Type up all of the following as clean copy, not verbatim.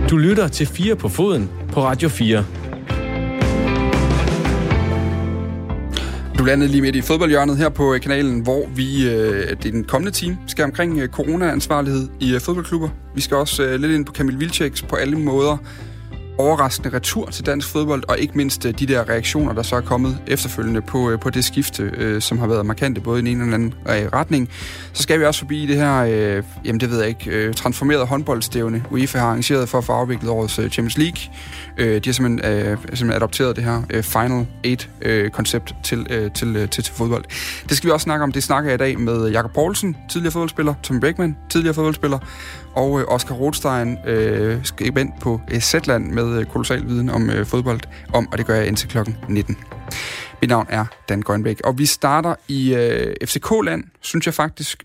Du lytter til 4 på foden på Radio 4. Du landede lige midt i fodboldhjørnet her på kanalen, hvor vi den kommende time skal omkring corona-ansvarlighed i fodboldklubber. Vi skal også lidt ind på Kamil Vilceks på alle måder overraskende retur til dansk fodbold, og ikke mindst de der reaktioner, der så er kommet efterfølgende på det skifte, som har været markante både i den ene eller anden retning. Så skal vi også forbi det her, jamen det ved jeg ikke, transformerede håndboldstævne, UEFA har arrangeret for at få afviklet årets Champions League. De har simpelthen adopteret det her Final 8-koncept til fodbold. Det skal vi også snakke om. Det snakker jeg i dag med Jakob Poulsen, tidligere fodboldspiller, Tom Beckmann, tidligere fodboldspiller, og Oscar Rothstein, skribent på Zetland med kolossal viden om fodbold, og det gør jeg indtil klokken 19. Mit navn er Dan Grønbæk, og vi starter i FCK-land, synes jeg faktisk,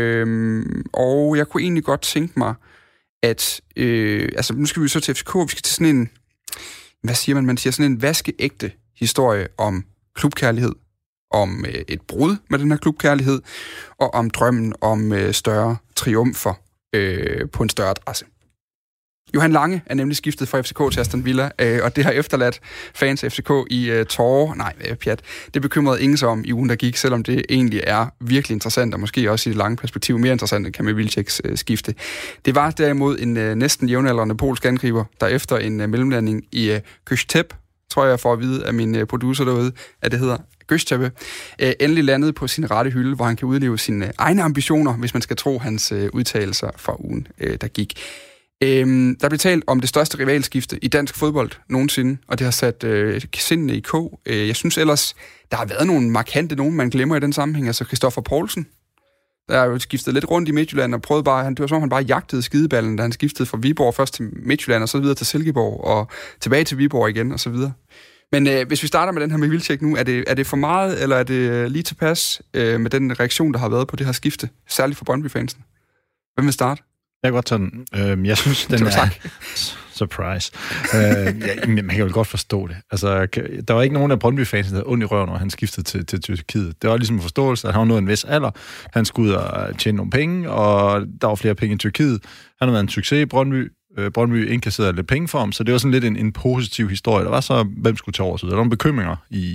og jeg kunne egentlig godt tænke mig, at nu skal vi så til FCK, vi skal til sådan en, hvad siger man? Man siger sådan en vaskeægte historie om klubkærlighed, om et brud med den her klubkærlighed, og om drømmen om større triumfer på en større adresse. Johan Lange er nemlig skiftet fra FCK til Aston Villa, og det har efterladt fans af FCK i tårer. Nej, pjat. Det bekymrede ingen sig om i ugen, der gik, selvom det egentlig er virkelig interessant, og måske også i det lange perspektiv mere interessant end Kamil Vilceks skifte. Det var derimod en næsten jævnaldrende polsk angriber, der efter en mellemlanding i Göztepe, tror jeg får at vide af min producer derude, at det hedder Göztepe, endelig landede på sin rette hylde, hvor han kan udleve sine egne ambitioner, hvis man skal tro hans udtalelser fra ugen, der gik. Der blev talt om det største rivalskifte i dansk fodbold nogensinde, og det har sat sindene i kog. Jeg synes ellers, der har været nogle markante nogen, man glemmer i den sammenhæng. Altså Christoffer Poulsen, der har jo skiftet lidt rundt i Midtjylland og prøvede bare, det var som om han bare jagtede skideballen, da han skiftede fra Viborg først til Midtjylland og så videre til Silkeborg og tilbage til Viborg igen og så videre. Men hvis vi starter med den her med Vilcek nu, er det for meget, eller er det lige tilpas med den reaktion, der har været på det her skifte, særligt for Brøndby-fansen? Hvem vil starte? Jeg kan godt tage den. Jeg synes, den er... Surprise. Man kan jo godt forstå det. Altså, der var ikke nogen af Brøndby-fansen, der havde ondt i røven, når han skiftede til Tyrkiet. Det var ligesom en forståelse, at han var nået en vis alder. Han skulle ud og tjene nogle penge, og der var flere penge i Tyrkiet. Han har været en succes i Brøndby. Brøndby indkasserede lidt penge for ham, så det var sådan lidt en positiv historie. Der var så, hvem skulle tage over sig? Der var nogle bekymringer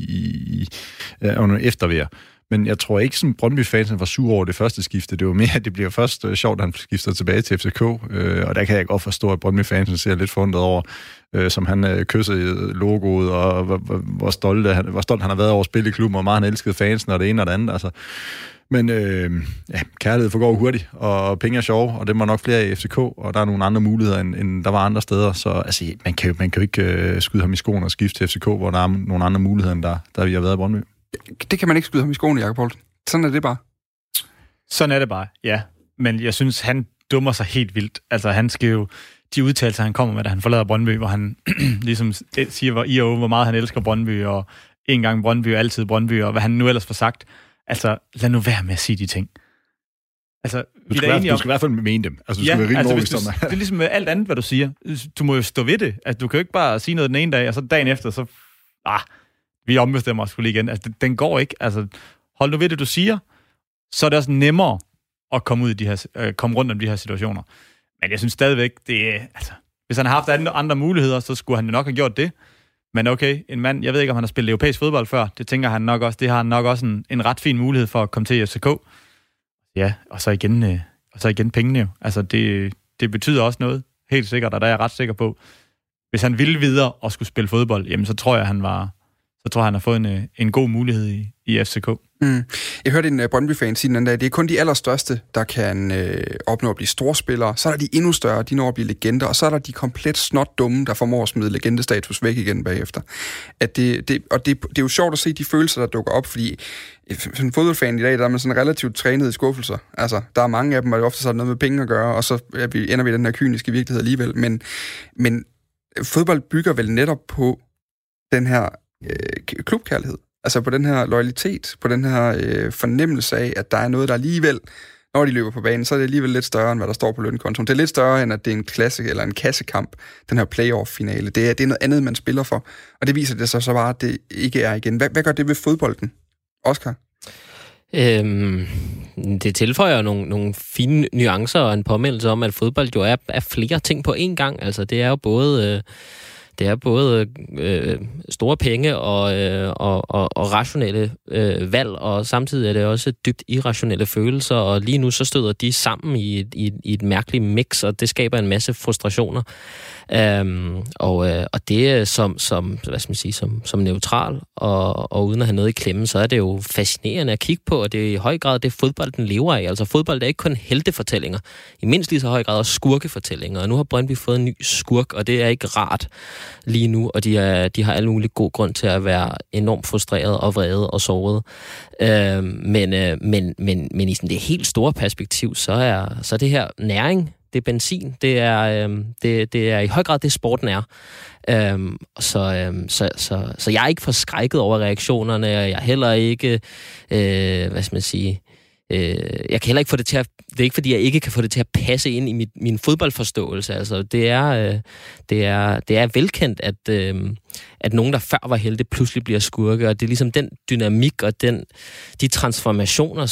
og nogle eftervejr. Men jeg tror ikke, sådan Brøndby-fansen var sur over det første skifte. Det var mere, at det bliver først sjovt, at han skifter tilbage til FCK. Og der kan jeg godt forstå, at Brøndby-fansen ser lidt forundret over, som han kyssede logoet, og hvor stolt han har været over at spille i klubben, og meget han elskede fansen, og det ene og det andet. Altså. Men kærlighed forgår hurtigt, og penge er sjove, og det var nok flere i FCK, og der er nogle andre muligheder, end der var andre steder. Så altså, man kan jo ikke skyde ham i skoen og skifte til FCK, hvor der er nogle andre muligheder, end der vi har været i Brøndby. Det kan man ikke skyde ham i skoene, Jakob Poulsen. Sådan er det bare. Sådan er det bare, ja. Men jeg synes, han dummer sig helt vildt. Altså, han skal jo... De udtalelser, han kommer med, da han forlader Brøndby, hvor han ligesom siger, hvor meget han elsker Brøndby, og en gang Brøndby, og altid Brøndby, og hvad han nu ellers får sagt. Altså, lad nu være med at sige de ting. Altså, du skal i hvert fald mene dem. Altså, du skal være rimelig overbevist om det. Det er ligesom med alt andet, hvad du siger. Du må jo stå ved det. Altså, du kan jo ikke bare sige noget den ene dag, og så dagen efter, så... vi ombestemmer os skulle igen. Altså, den går ikke. Altså, hold nu ved det, du siger, så er det også nemmere at komme ud i komme rundt om de her situationer. Men jeg synes stadigvæk, altså, hvis han har haft andre muligheder, så skulle han jo nok have gjort det. Men okay, en mand, jeg ved ikke, om han har spillet europæisk fodbold før, det tænker han nok også, det har han nok også en ret fin mulighed for at komme til FCK. Ja, og så igen pengene jo. Altså, det betyder også noget, helt sikkert, og der er jeg ret sikker på. Hvis han ville videre og skulle spille fodbold, jamen så tror jeg, han har fået en god mulighed i FCK. Jeg hørte en Brøndby-fan sige den anden dag, det er kun de allerstørste, der kan opnå at blive storspillere. Så er der de endnu større, de når at blive legender, og så er der de komplet snot dumme, der formår at smide legendestatus væk igen bagefter. Det er jo sjovt at se de følelser, der dukker op, fordi som en fodboldfan i dag, der er man sådan relativt trænet i skuffelser. Altså, der er mange af dem, og det ofte har noget med penge at gøre, og så ender vi i den her kyniske virkelighed alligevel. Men fodbold bygger vel netop på den her klubkærlighed. Altså på den her loyalitet, på den her fornemmelse af, at der er noget, der alligevel, når de løber på banen, så er det alligevel lidt større, end hvad der står på lønkontoen. Det er lidt større, end at det er en klasse eller en kassekamp, den her playoff-finale. Det er noget andet, man spiller for. Og det viser det så bare, at det ikke er igen. Hvad gør det ved fodbolden? Oscar? Det tilføjer nogle fine nuancer og en påmeldelse om, at fodbold jo er flere ting på én gang. Altså, det er jo både store penge og rationelle valg, og samtidig er det også dybt irrationelle følelser, og lige nu så støder de sammen i et mærkeligt mix, og det skaber en masse frustrationer. Og det som hvad skal man sige, som neutral og uden at have noget i klemme, så er det jo fascinerende at kigge på, og det er i høj grad det fodbold, den lever af. Altså fodbold er ikke kun heltefortællinger, i mindst lige så høj grad også skurkefortællinger, og nu har Brøndby fået en ny skurk, og det er ikke rart lige nu, og de har alle mulige god grund til at være enormt frustreret og vrede og såret. Men i sådan det helt store perspektiv, så er det her næring, det er benzin, det er i høj grad det sporten er. Så jeg er ikke forskrækket over reaktionerne, og jeg er heller ikke, hvad skal man sige, jeg kan heller ikke få det til at, det er ikke fordi jeg ikke kan få det til at passe ind i min fodboldforståelse. Altså det er velkendt, at nogen der før var helte pludselig bliver skurke, og det er ligesom den dynamik og de transformationer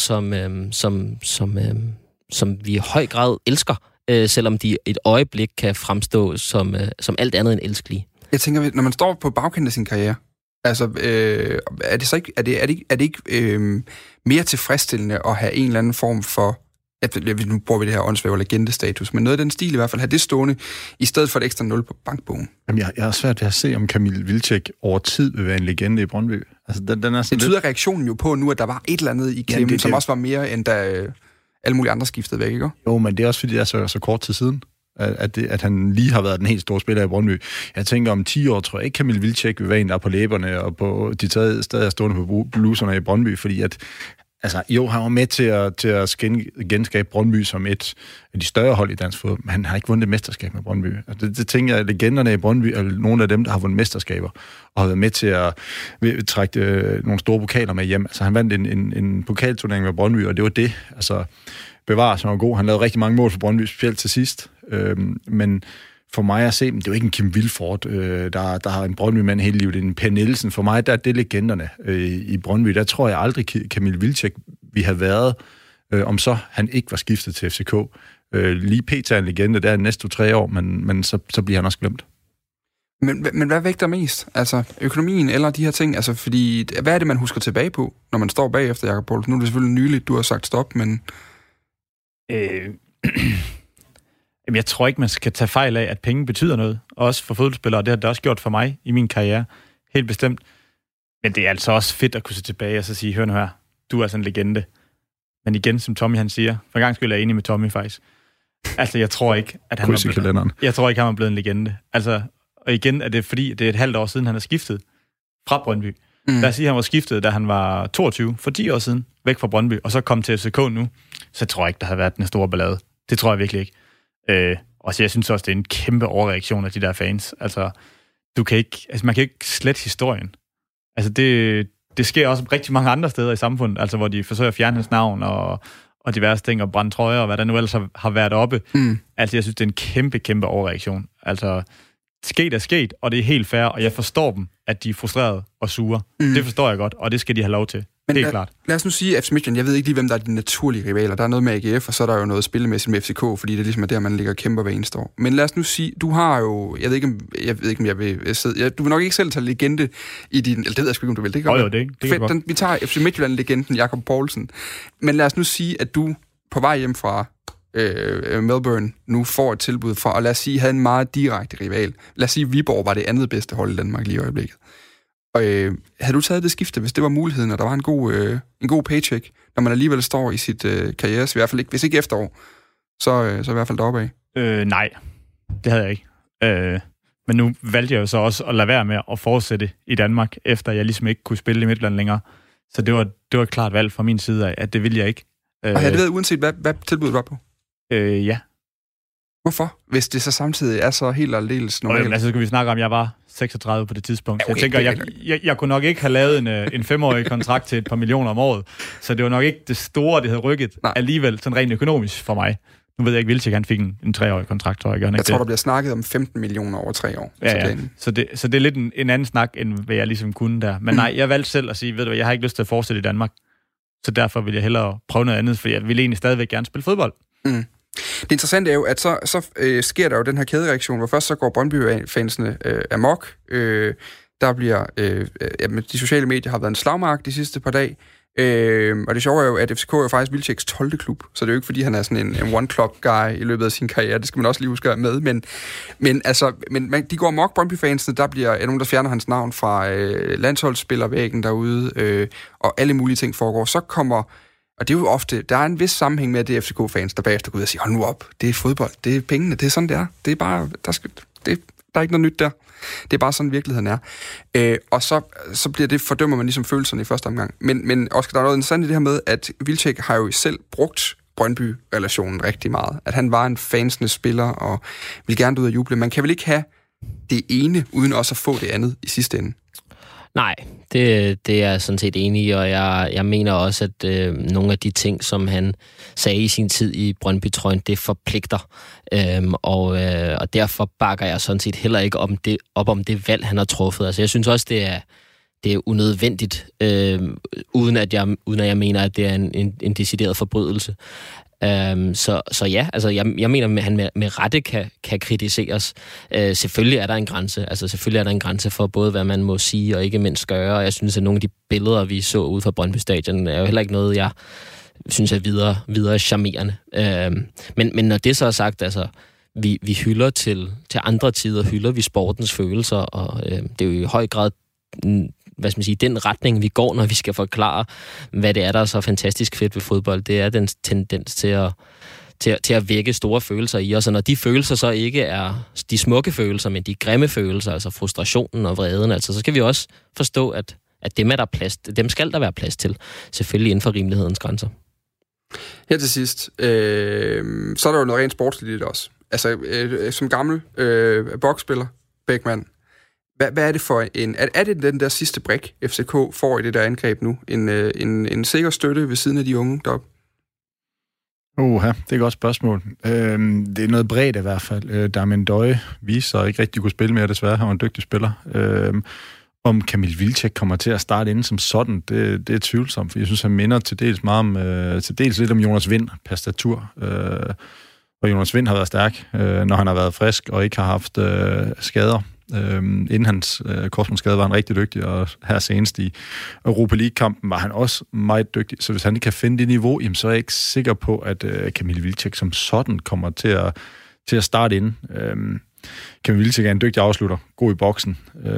som vi i høj grad elsker, selvom de et øjeblik kan fremstå som alt andet end elskelige. Jeg tænker, når man står på bagkanten af sin karriere, altså, er det så ikke, er det ikke mere tilfredsstillende at have en eller anden form for, nu bruger vi det her åndsvæv legendestatus, men noget af den stil i hvert fald, have det stående, i stedet for et ekstra 0 på bankbogen? Jamen, jeg har svært ved at se, om Kamil Vilcek over tid vil være en legende i Brøndby. Altså, den er sådan det tyder reaktionen jo på nu, at der var et eller andet i klemme, som også var mere, end da alle mulige andre skiftede væk, ikke? Jo, men det er også fordi, det er så kort tid siden, at han lige har været den helt store spiller i Brøndby. Jeg tænker, om 10 år tror jeg ikke, Kamil Vilcek vil være en, der er på læberne, og på de stadig er stående på bluserne i Brøndby, fordi at, altså, jo, han var med til at genskabe Brøndby som et af de større hold i dansk fodbold, men han har ikke vundet mesterskab med Brøndby. Altså, det tænker jeg, at legenderne i Brøndby er nogle af dem, der har vundet mesterskaber, og har været med til at trække nogle store pokaler med hjem. Altså, han vandt en pokalturnering med Brøndby, og det var det. Altså, bevares, han var god. Han lavede rigtig mange mål for Brøndby, specielt til sidst. Men for mig at se, det er jo ikke en Kim Vilfort, der har en Brøndby-mand hele livet. Det er en Per Nielsen. For mig, der er det legenderne i Brøndby. Der tror jeg aldrig, Kamil Vilcek vi have været, om så han ikke var skiftet til FCK. Lige pt. En legende, der er næste 2-3 år, men så bliver han også glemt. Men hvad vægter mest? Altså økonomien eller de her ting? Altså, fordi, hvad er det, man husker tilbage på, når man står bagefter, Jakob Poulsen? Nu er det selvfølgelig nyligt, du har sagt stop, men... Jeg tror ikke, man skal tage fejl af, at penge betyder noget. Også for fodboldspillere, det har det også gjort for mig i min karriere. Helt bestemt. Men det er altså også fedt at kunne se tilbage og så sige, hør nu her, du er altså en legende. Men igen, som Tommy han siger, for en gang skyld er jeg enig med Tommy faktisk. Altså, jeg tror ikke, at han er blevet en legende. Altså, og igen er det fordi, det er et halvt år siden, han er skiftet fra Brøndby. Lad os sige, han var skiftet, da han var 22, for 10 år siden, væk fra Brøndby, og så kom til FCK nu, så tror jeg ikke, der har været den store ballade. Det tror jeg virkelig ikke. Og så jeg synes også, det er en kæmpe overreaktion af de der fans. Altså, man kan ikke slette historien. Altså, det sker også rigtig mange andre steder i samfundet, altså hvor de forsøger at fjerne hans navn og diverse ting, og brænde trøjer, og hvad der nu ellers har været oppe. Altså, jeg synes, det er en kæmpe, kæmpe overreaktion. Altså, sket er sket, og det er helt fair, og jeg forstår dem, at de er frustrerede og sure. Det forstår jeg godt, og det skal de have lov til. Men det er klart. Lad os nu sige, FC Midtjylland, jeg ved ikke lige, hvem der er de naturlige rivaler. Der er noget med AGF, og så er der jo noget spillemæssigt med FCK, fordi det ligesom er der, man ligger og kæmper hver eneste år. Men lad os nu sige, du har jo, jeg ved ikke, om jeg vil sidde, du vil nok ikke selv tage legende i din, eller det ved jeg sgu ikke, om du vil. Det kan godt. Vi tager FC Midtjylland-legenden Jakob Poulsen. Men lad os nu sige, at du på vej hjem fra Melbourne nu får et tilbud for, og lad os sige, havde en meget direkte rival. Lad os sige, at Viborg var det andet bedste hold i Danmark lige i øjeblikket. Og havde du taget det skifte, hvis det var muligheden, og der var en god paycheck, når man alligevel står i sit karriere, i hvert fald ikke, hvis ikke efterår, så i hvert fald deroppe af? Nej, det havde jeg ikke. Men nu valgte jeg jo så også at lade være med at fortsætte i Danmark, efter jeg ligesom ikke kunne spille i Midtjylland længere. Så det var et klart valg fra min side af, at det ville jeg ikke. Og havde det været uanset, hvad tilbuddet var på? Ja. Hvorfor? Hvis det så samtidig er så helt aldeles normalt. Altså, så kan vi snakke om, at jeg var 36 på det tidspunkt. Okay, jeg tænker, jeg kunne nok ikke have lavet en 5-årig kontrakt til et par millioner om året. Så det var nok ikke det store, det havde rykket alligevel, sådan rent økonomisk for mig. Nu ved jeg ikke, Vilcek han fik en 3-årig kontrakt, tror jeg. Jeg tror, der bliver snakket om 15 millioner over 3 år. Ja. Så det er lidt en anden snak, end hvad jeg ligesom kunne der. Men nej, jeg valgte selv at sige, ved du hvad, jeg har ikke lyst til at fortsætte i Danmark. Så derfor vil jeg hellere prøve noget andet, for jeg vil egentlig stadigvæk gerne spille fodbold. Mm. Det interessante er jo, at så sker der jo den her kædereaktion, hvor først så går Brøndby-fansene amok. Der bliver... de sociale medier har været en slagmark de sidste par dage. Og det sjove er jo, at FCK er jo faktisk Wilczeks 12. klub, så det er jo ikke, fordi han er sådan en one-club-guy i løbet af sin karriere. Det skal man også lige huske med. Men de går amok, Brøndby-fansene. Der bliver nogen, der fjerner hans navn fra landsholdsspillervæggen derude, og alle mulige ting foregår. Så kommer... Og det er jo ofte, der er en vis sammenhæng med, at det er FCK-fans, der bagefter går ud og siger, hold nu op, det er fodbold, det er pengene, det er sådan, det er. Det er bare, der er ikke noget nyt der. Det er bare sådan, virkeligheden er. Og så bliver det, fordømmer man ligesom følelserne i første omgang. Men Oscar, der er noget interessant i det her med, at Wilczek har jo selv brugt Brøndby-relationen rigtig meget. At han var en fansenes spiller, og vil gerne ud og juble. Man kan vel ikke have det ene, uden også at få det andet i sidste ende? Nej, det er jeg sådan set enig i, og jeg mener også, at nogle af de ting, som han sagde i sin tid i Brøndby-trøjen, det forpligter. Og derfor bakker jeg sådan set heller ikke op om det valg, han har truffet. Altså, jeg synes også, det er unødvendigt, uden at jeg mener, at det er en decideret forbrydelse. Så ja, altså jeg mener, at han med rette kan kritiseres. Selvfølgelig er der en grænse. Altså selvfølgelig er der en grænse for både, hvad man må sige og ikke mindst gøre. Og jeg synes, at nogle af de billeder, vi så ude fra Brøndby Stadion, er jo heller ikke noget, jeg synes er videre charmerende. Men når det så er sagt, altså vi hylder til andre tider, hylder vi sportens følelser, og det er jo i høj grad den retning, vi går, når vi skal forklare, hvad det er, der er så fantastisk fedt ved fodbold. Det er den tendens til at vække store følelser i os, og når de følelser så ikke er de smukke følelser, men de grimme følelser, altså frustrationen og vreden, altså, så skal vi også forstå, at dem skal der være plads til, selvfølgelig inden for rimelighedens grænser. Her til sidst, så er der jo noget rent sportsligt også. Altså, som gammel boksspiller, Bækman, hvad er det for en... Er det den der sidste brik, FCK får i det der angreb nu? En sikker støtte ved siden af de unge deroppe? Det er et godt spørgsmål. Det er noget bredt i hvert fald. Damien Døje viser sig ikke rigtig kunne spille mere, desværre. Han var en dygtig spiller. Om Kamil Wilczek kommer til at starte inden som sådan, det er tvivlsomt, for jeg synes, han minder til dels lidt om Jonas Vind per statur. Og Jonas Vind har været stærk, når han har været frisk og ikke har haft skader. Inden hans korsbåndsskade var han rigtig dygtig, og her senest i Europa League-kampen var han også meget dygtig. Så hvis han ikke kan finde det niveau, så er jeg ikke sikker på, at Kamil Wilczek som sådan kommer til at starte inden. Kamil Wilczek er en dygtig afslutter, god i boksen,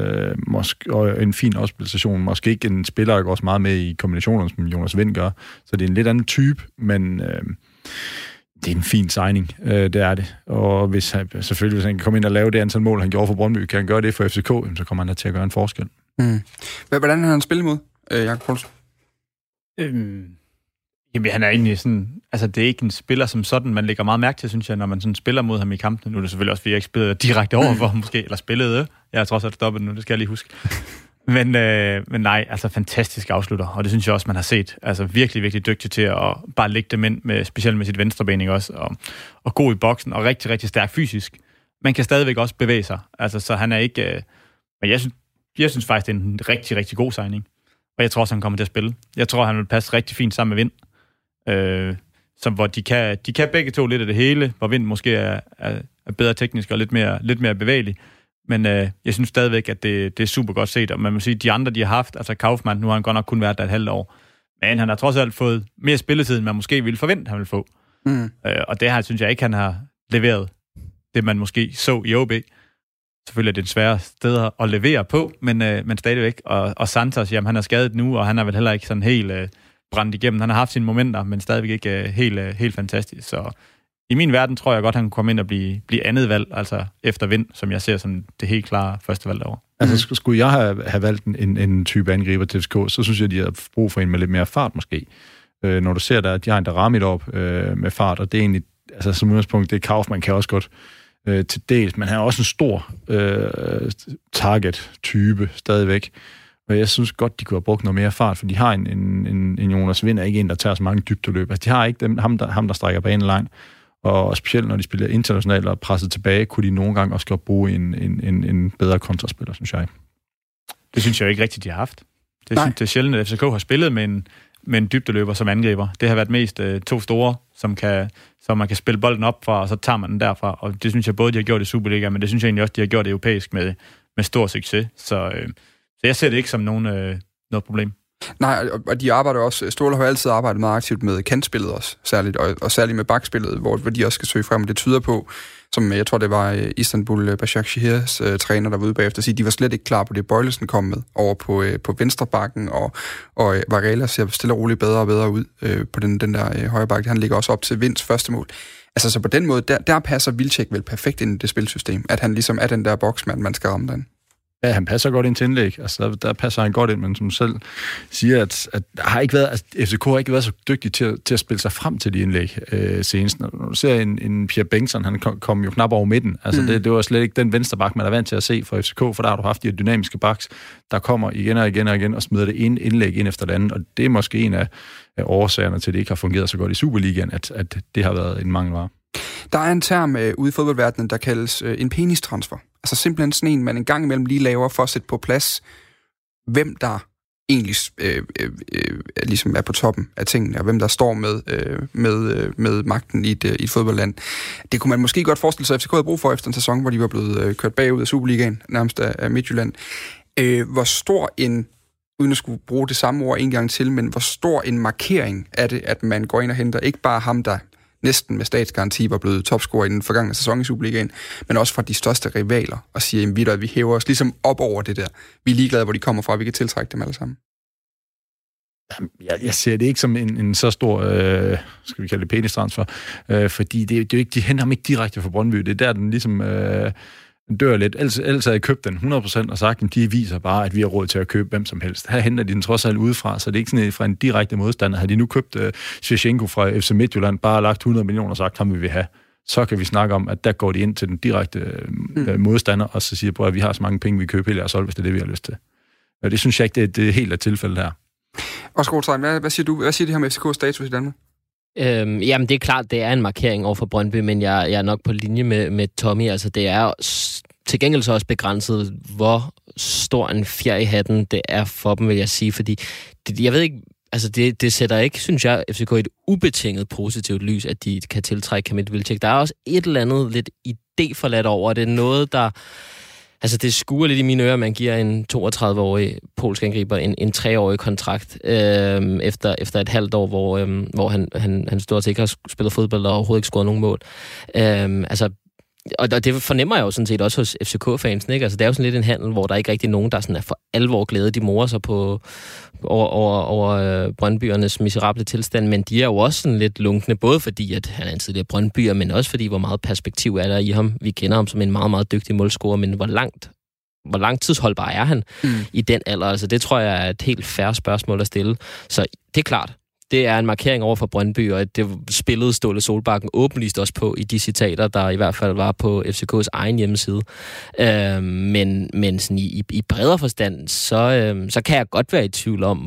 og en fin afspilstation. Måske ikke en spiller, der går også meget med i kombinationerne, som Jonas Vind gør. Så det er en lidt anden type, men det er en fin signing, det er det. Og hvis han kan komme ind og lave det antal mål, han gjorde for Brøndby, kan han gøre det for FCK, så kommer han da til at gøre en forskel. Hvordan har han spillet mod, Jakob Poulsen? Jamen, han er egentlig sådan... Altså, det er ikke en spiller som sådan, man lægger meget mærke til, synes jeg, når man sådan spiller mod ham i kampen. Nu er det selvfølgelig også, fordi jeg ikke spillede direkte over for ham, måske, eller spillede. Jeg har trods alt stoppet nu, det skal jeg lige huske. Men nej, altså fantastisk afslutter, og det synes jeg også, man har set. Altså virkelig, virkelig dygtig til at bare lægge dem ind, specielt med sit venstrebening også, og god i boksen, og rigtig, rigtig stærk fysisk. Man kan stadigvæk også bevæge sig. Altså, så han er ikke... Men jeg synes faktisk, det er en rigtig, rigtig god signing. Og jeg tror også, han kommer til at spille. Jeg tror, han vil passe rigtig fint sammen med Vind. Hvor de kan begge to lidt af det hele, hvor Vind måske er bedre teknisk og lidt mere bevægelig. Men jeg synes stadigvæk, at det er super godt set, og man må sige, at de andre, de har haft, altså Kaufmann, nu har han godt nok kun været der et halvt år, men han har trods alt fået mere spilletid, end man måske ville forvente, han ville få. Og det her, synes jeg ikke, han har leveret det, man måske så i OB. Selvfølgelig er det et svære sted at levere på, men stadigvæk. Og Santos, jamen han er skadet nu, og han er vel heller ikke sådan helt brændt igennem. Han har haft sine momenter, men stadigvæk ikke helt fantastisk. Så i min verden tror jeg godt, han kunne komme ind og blive andet valg, altså efter Vind, som jeg ser som det helt klare første valg derovre. Altså, skulle jeg have valgt en type angriber til FCK, så synes jeg, de har brug for en med lidt mere fart måske. Når du ser der, at de har en Darami op med fart, og det er egentlig, altså som udgangspunkt, det Kaufmann kan også godt til dels, men han er også en stor target-type stadigvæk. Og jeg synes godt, de kunne have brugt noget mere fart, for de har en Jonas Vind, er ikke en, der tager så mange dybdeløb. Altså, de har ikke ham, der strækker banen langt. Og specielt når de spiller internationalt og presset tilbage, kunne de nogle gange også godt bruge en bedre kontraspiller, synes jeg. Det synes jeg jo ikke rigtigt, de har haft. Det er sjældent, at FCK har spillet med med en dybdeløber som angriber. Det har været mest 2 store, som man kan spille bolden op fra, og så tager man den derfra. Og det synes jeg både, de har gjort i Superliga, men det synes jeg egentlig også, de har gjort europæisk med stor succes. Så jeg ser det ikke som noget problem. Nej, og de arbejder også, Ståle har altid arbejdet meget aktivt med kantspillet også, særligt, og særligt med bakspillet, hvor de også skal søge frem, og det tyder på, som jeg tror, det var Istanbul Başakşehir's træner, der var ude bagefter, at sige, de var slet ikke klar på det, Bøjlesen kom med over på venstre bakken, og Varela ser stille og roligt bedre og bedre ud på den der højre bakke. Han ligger også op til Vinds første mål. Altså, så på den måde, der passer Wilczek vel perfekt ind i det spilsystem, at han ligesom er den der boksmand, man skal ramme den. Ja, han passer godt ind til indlæg. Altså, der passer han godt ind, men som selv siger, at der har ikke været, altså, FCK har ikke været så dygtig til at spille sig frem til de indlæg senest. Når du ser en Pierre Bengtsson, han kom jo knap over midten. Altså, det var slet ikke den venstre bak, man er vant til at se fra FCK, for der har du haft de her dynamiske backs, der kommer igen og igen og igen og smider det ene indlæg ind efter det andet, og det er måske en af årsagerne til, at det ikke har fungeret så godt i Superligaen, at det har været en mangelvare. Der er en term ude i fodboldverdenen, der kaldes en penistransfer. Altså simpelthen sådan en, man en gang imellem lige laver for at sætte på plads, hvem der egentlig ligesom er på toppen af tingene, og hvem der står med magten i et fodboldland. Det kunne man måske godt forestille sig, at FCK havde brug for efter en sæson, hvor de var blevet kørt bagud af Superligaen, nærmest af Midtjylland. Hvor stor en, uden at skulle bruge det samme ord en gang til, men hvor stor en markering er det, at man går ind og henter ikke bare ham, der næsten med statsgaranti var blevet topscorer i den forgangne sæson i Superligaen, men også fra de største rivaler, og siger, at vi hæver os ligesom op over det der. Vi er ligeglade, hvor de kommer fra, vi kan tiltrække dem alle sammen. Jeg ser det ikke som en så stor, skal vi kalde det penistransfer, fordi det er jo ikke, de henter ham ikke direkte fra Brøndby. Det er der, den ligesom dør lidt. Ellers havde jeg købt den 100% og sagt, at de viser bare, at vi har råd til at købe hvem som helst. Her henter de den trods alt udefra, så det er ikke sådan fra en direkte modstander. Har de nu købt Shevchenko fra FC Midtjylland, bare lagt 100 millioner og sagt, ham vil vi have, så kan vi snakke om, at der går de ind til den direkte modstander, og så siger, at vi har så mange penge, vi køber hele jeres hold, hvis det er det, vi har lyst til. Og det synes jeg ikke, det er helt af tilfældet her. Oscar Otheim, hvad siger du? Hvad siger de her med FCK's status i Danmark? Jamen, det er klart, det er en markering over for Brøndby, men jeg er nok på linje med Tommy. Altså, det er til gengæld så også begrænset, hvor stor en fjer i hatten det er for dem, vil jeg sige, fordi jeg ved ikke, altså det sætter ikke, synes jeg, FCK et ubetinget positivt lys, at de kan tiltrække Kamil Wilczek. Der er også et eller andet lidt idéforladt over, det er noget, der altså, det skuer lidt i mine ører, man giver en 32-årig polsk angriber en 3-årig kontrakt efter et halvt år, hvor han stort set ikke har spillet fodbold og overhovedet ikke scoret nogen mål. Og det fornemmer jeg jo sådan set også hos FCK-fansen, ikke? Altså, det er jo sådan lidt en handel, hvor der ikke rigtig nogen, der sådan er for alvor glade. De morer sig over Brøndbyernes miserable tilstand, men de er jo også sådan lidt lunkne, både fordi, at han er en tidligere Brøndbyer, men også fordi, hvor meget perspektiv er der i ham. Vi kender ham som en meget, meget dygtig målscorer, men hvor langtidsholdbar er han i den alder? Altså, det tror jeg er et helt fair spørgsmål at stille. Så det er klart. Det er en markering over for Brøndby, og det spillede Ståle Solbakken åbenlyst også på i de citater, der i hvert fald var på FCK's egen hjemmeside. Men sådan i bredere forstand, så kan jeg godt være i tvivl om,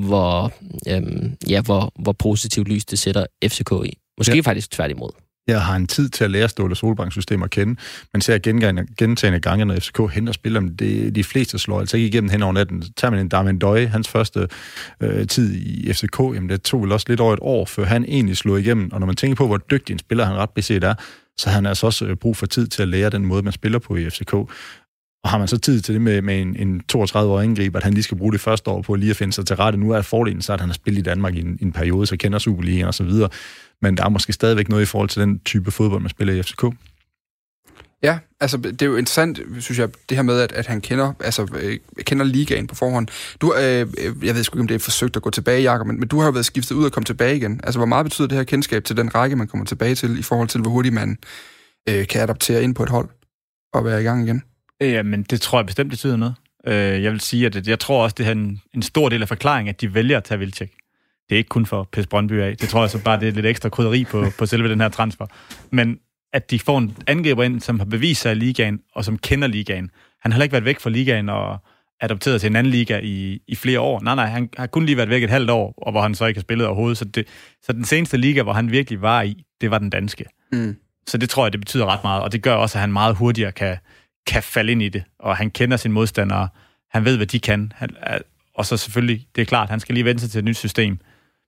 hvor positivt lys det sætter FCK i. Måske faktisk tværtimod. Jeg har en tid til at lære Ståle Solbakkens system at kende, men ser gentagende gange, når FCK henter spillere, de fleste slår altså ikke igennem hen over natten. Tager man en Darmen Døje, hans første tid i FCK, jamen det tog vel også lidt over et år, før han egentlig slog igennem, og når man tænker på, hvor dygtig en spiller han ret beset er, så har han altså også brug for tid til at lære den måde, man spiller på i FCK. Og har man så tid til det med en 32-årig angriber, at han lige skal bruge det første år på lige at finde sig til rette. Nu er fordelen så, at han har spillet i Danmark i en periode, så kender Superligaen og så videre. Men der er måske stadigvæk noget i forhold til den type fodbold, man spiller i FCK. Ja, altså det er jo interessant, synes jeg, det her med, at han kender ligaen på forhånd. Jeg ved sgu ikke, om det er forsøgt at gå tilbage, Jakob, men du har jo været skiftet ud og kommet tilbage igen. Altså, hvor meget betyder det her kendskab til den række, man kommer tilbage til, i forhold til, hvor hurtigt man kan adaptere ind på et hold og være i gang igen? Ja, men det tror jeg bestemt betyder noget. Jeg vil sige, at jeg tror også, det er en stor del af forklaringen, at de vælger at tage Wilczek. Det er ikke kun for at pisse Brøndby af. Det tror jeg så bare, det er lidt ekstra krydderi på selve den her transfer. Men at de får en angriber ind, som har bevist sig i ligaen, og som kender ligaen. Han har heller ikke været væk fra ligaen og adopteret til en anden liga i flere år. Nej, han har kun lige været væk et halvt år, og hvor han så ikke har spillet overhovedet. Så den seneste liga, hvor han virkelig var i, det var den danske. Så det tror jeg, det betyder ret meget, og det gør også, at han meget hurtigere kan falde ind i det, og han kender sine modstandere. Han ved, hvad de kan. Og så selvfølgelig, det er klart, han skal lige vende sig til et nyt system.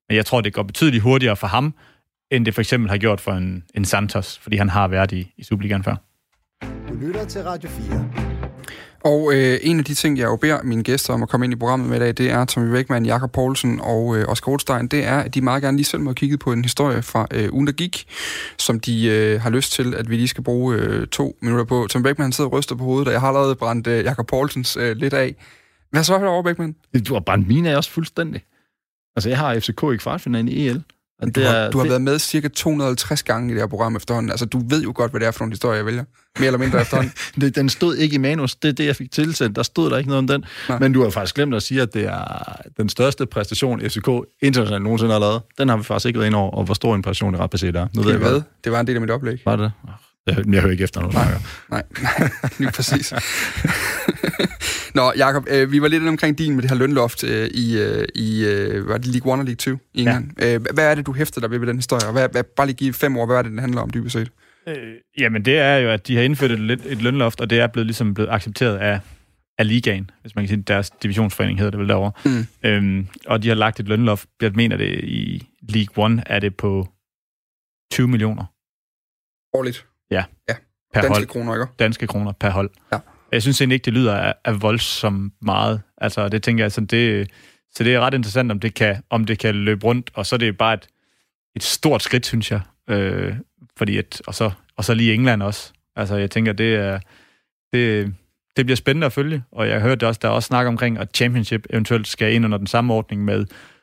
Men jeg tror, det går betydeligt hurtigere for ham, end det for eksempel har gjort for en Santos, fordi han har været i Superligaen før. Du lytter til Radio 4. Og en af de ting, jeg jo beder mine gæster om at komme ind i programmet med i dag, det er Tommy Beckmann, Jakob Poulsen og Oscar Rothstein. Det er, at de meget gerne lige selv må kigge på en historie fra ugen, der gik, som de har lyst til, at vi lige skal bruge 2 minutter på. Tommy Beckmann sidder og ryster på hovedet, og jeg har allerede brændt Jakob Poulsens lidt af. Hvad så herovre, Beckmann? Du har brændt mine af også fuldstændig. Altså, jeg har FCK i kvartfinalen i EL. Du har været med cirka 250 gange i det her program efterhånden. Altså, du ved jo godt, hvad det er for nogle historier, jeg vælger. Mere eller mindre efterhånden. Den stod ikke i manus. Det er det, jeg fik tilsendt. Der stod der ikke noget om den. Nej. Men du har faktisk glemt at sige, at det er den største præstation, FCK internationalt nogensinde har lavet. Den har vi faktisk ikke været inde over, og hvor stor en præstation det ret er. Nu ved jeg hvad? Det var en del af mit oplæg. Var det? Jeg hører ikke efter noget. Nej, lige præcis. Nå, Jakob, vi var lidt omkring din med det her lønloft i var det League 1 og League 2 i England. Ja. Hvad er det, du hæfter dig ved den historie? Bare lige give 5 år, hvad er det, den handler om dybest set? Jamen, det er jo, at de har indført et lønloft, og det er blevet accepteret af ligaen, hvis man kan sige, deres divisionsforening hedder det vel derovre. Og de har lagt et lønloft, jeg mener det i League 1, er det på 20 millioner. Årligt? Ja. Per danske hold. Kroner, ikke? Danske kroner per hold. Ja. Jeg synes egentlig ikke, det lyder af voldsomt meget. Altså, det tænker jeg sådan, så det er ret interessant, om det kan løbe rundt, og så er det bare et stort skridt, synes jeg. Fordi og så lige England også. Altså, jeg tænker, det bliver spændende at følge, og jeg hørte også, der er også snak omkring, at Championship eventuelt skal ind under den samme ordning med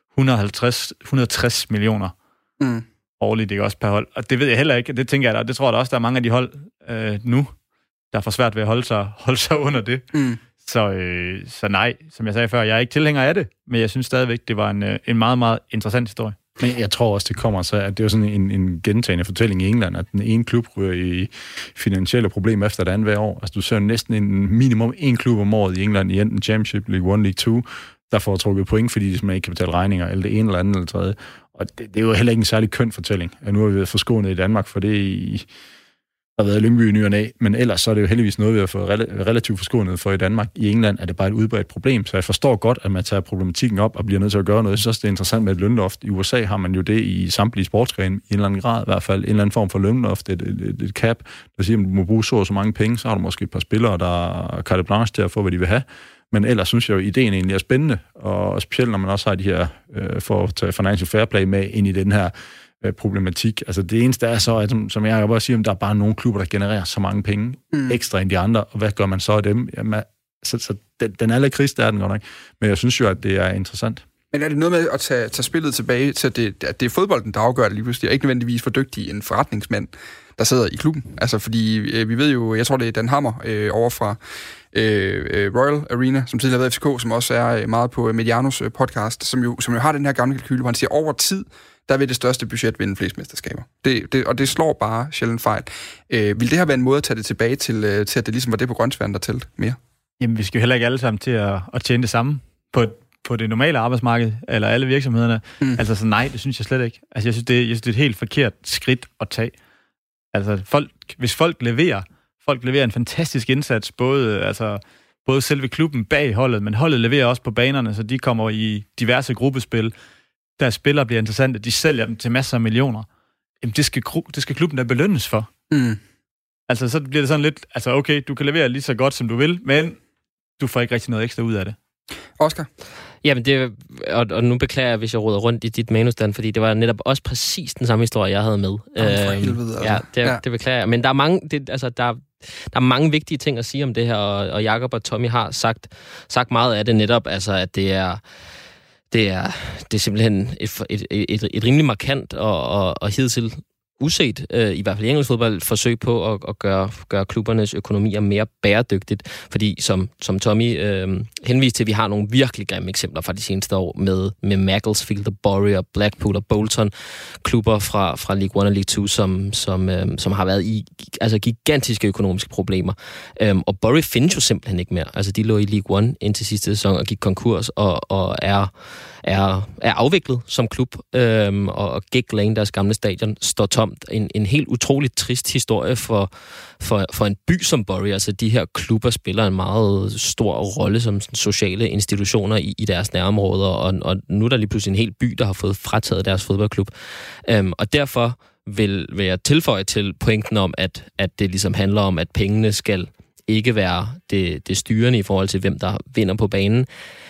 160 millioner årligt, ikke også per hold. Og det ved jeg heller ikke, det tænker jeg, og det tror jeg da også, der er mange af de hold nu, der får svært ved at holde sig under det. Så nej, som jeg sagde før, jeg er ikke tilhænger af det, men jeg synes stadigvæk, det var en meget, meget interessant historie. Men jeg tror også, det kommer så, at det er sådan en gentagende fortælling i England, at den ene klub ryger i finansielle problemer efter det andet hver år. Altså, du ser næsten minimum en klub om året i England, i enten Championship, League 1, League 2, der får trukket point, fordi de simpelthen ikke kan betale regninger, eller det ene eller andet eller tredje. Og det er jo heller ikke en særlig køn fortælling. Nu har vi været forskånet i Danmark for det har været Lyngby i ny og næ, men ellers så er det jo heldigvis noget, vi har fået relativt forskånet for i Danmark. I England er det bare et udbredt problem, så jeg forstår godt, at man tager problematikken op og bliver nødt til at gøre noget. Jeg synes også, det er interessant med et lønloft. I USA har man jo det i samtlige sportsgrene, i en eller anden grad i hvert fald, en eller anden form for lønloft, et cap, der siger, at du må bruge så mange penge, så har du måske et par spillere, der er carte blanche til at få, hvad de vil have. Men ellers synes jeg jo, at ideen egentlig er spændende, og specielt når man også har de her, for at tage financial fair play med ind i den her problematik. Altså det eneste er så, at, som jeg bare siger, at der er bare nogle klubber, der genererer så mange penge ekstra end de andre, og hvad gør man så af dem? Jamen, så den er lidt krist, der er den godt nok. Men jeg synes jo, at det er interessant. Men er det noget med at tage spillet tilbage til, at det er fodbolden, der afgør det lige pludselig, og ikke nødvendigvis for dygtig en forretningsmand, der sidder i klubben? Altså fordi vi ved jo, jeg tror det er Dan Hammer over fra Royal Arena, som tidligere har været FCK, som også er meget på Medianos podcast, som jo har den her gamle kalkyle, hvor han siger, over tid, der vil det største budget vinde flest mesterskaber. Og det slår bare sjældent fejl. Vil det her være en måde at tage det tilbage til at det ligesom var det på Grønsværen, der tælte mere? Jamen, vi skal jo heller ikke alle sammen til at tjene det samme på det normale arbejdsmarked, eller alle virksomhederne. Altså, så nej, det synes jeg slet ikke. Altså, jeg synes, det er et helt forkert skridt at tage. Altså, hvis folk leverer en fantastisk indsats, både selve klubben bag holdet, men holdet leverer også på banerne, så de kommer i diverse gruppespil, der spillere bliver interessante, de sælger dem til masser af millioner. Jamen, det skal klubben da belønnes for. Altså, så bliver det sådan lidt, altså okay, du kan levere lige så godt, som du vil, men du får ikke rigtig noget ekstra ud af det. Oscar? Jamen, og nu beklager jeg, hvis jeg roder rundt i dit manus, Dan, fordi det var netop også præcis den samme historie, jeg havde med. For helvede, altså. Ja, det beklager jeg. Men der er mange vigtige ting at sige om det her, og Jakob og Tommy har sagt meget af det netop, altså at det er simpelthen et rimelig markant og hidtil uset, i hvert fald i engelsk fodbold, forsøg på at gøre klubbernes økonomier mere bæredygtigt. Fordi, som Tommy henviste til, vi har nogle virkelig grimme eksempler fra de seneste år med Macclesfield og Bury og Blackpool og Bolton, klubber fra League 1 og League 2, som har været i gigantiske økonomiske problemer. Og Bury findes jo simpelthen ikke mere. Altså, de lå i League 1 indtil sidste sæson og gik konkurs og er afviklet som klub, og Gig Lane, deres gamle stadion, står tom en helt utroligt trist historie for en by som Bury. Altså de her klubber spiller en meget stor rolle som sociale institutioner i deres nærområder, og nu er der lige pludselig en hel by, der har fået frataget deres fodboldklub. Og derfor vil jeg tilføje til pointen om, at det ligesom handler om, at pengene skal ikke være det styrende i forhold til, hvem der vinder på banen.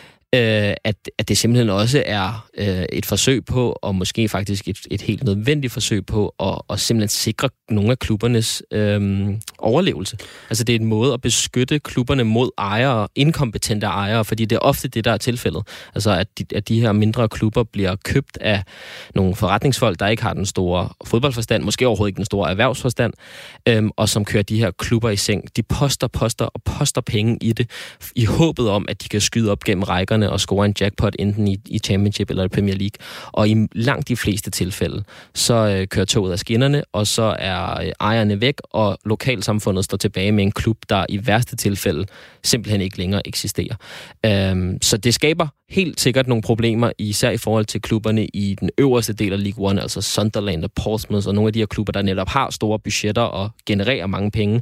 At det simpelthen også er et forsøg på, og måske faktisk et helt nødvendigt forsøg på, at simpelthen sikre nogle af klubbernes overlevelse. Altså det er en måde at beskytte klubberne mod ejere, inkompetente ejere, fordi det er ofte det, der er tilfældet. Altså at de her mindre klubber bliver købt af nogle forretningsfolk, der ikke har den store fodboldforstand, måske overhovedet ikke den store erhvervsforstand, og som kører de her klubber i seng. De poster penge i det, i håbet om, at de kan skyde op gennem rækkerne og score en jackpot enten i Championship eller i Premier League. Og i langt de fleste tilfælde, så kører toget af skinnerne, og så er ejerne væk, og lokalsamfundet står tilbage med en klub, der i værste tilfælde simpelthen ikke længere eksisterer. Så det skaber helt sikkert nogle problemer, især i forhold til klubberne i den øverste del af League One, altså Sunderland og Portsmouth, og nogle af de her klubber, der netop har store budgetter og genererer mange penge.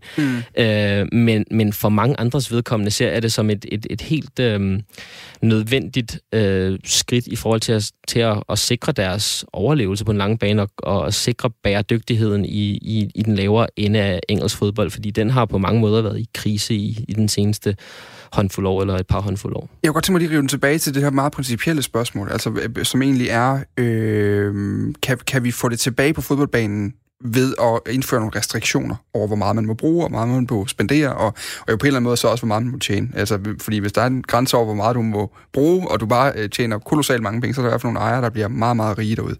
Men for mange andres vedkommende ser jeg det som et helt nødvendigt skridt i forhold til at sikre deres overlevelse på en lang bane og sikre bæredygtigheden i den lavere ende af engelsk fodbold, fordi den har på mange måder været i krise i den seneste håndfuld år, eller et par håndfuld år. Jeg kunne godt tænke mig lige at rive den tilbage til det her meget principielle spørgsmål, altså som egentlig er, kan vi få det tilbage på fodboldbanen ved at indføre nogle restriktioner over, hvor meget man må bruge, og hvor meget man må spendere, og jo på en eller anden måde så også, hvor meget man må tjene. Altså, fordi hvis der er en grænse over, hvor meget du må bruge, og du bare tjener kolossalt mange penge, så er der i hvert fald nogle ejere, der bliver meget, meget rige derude.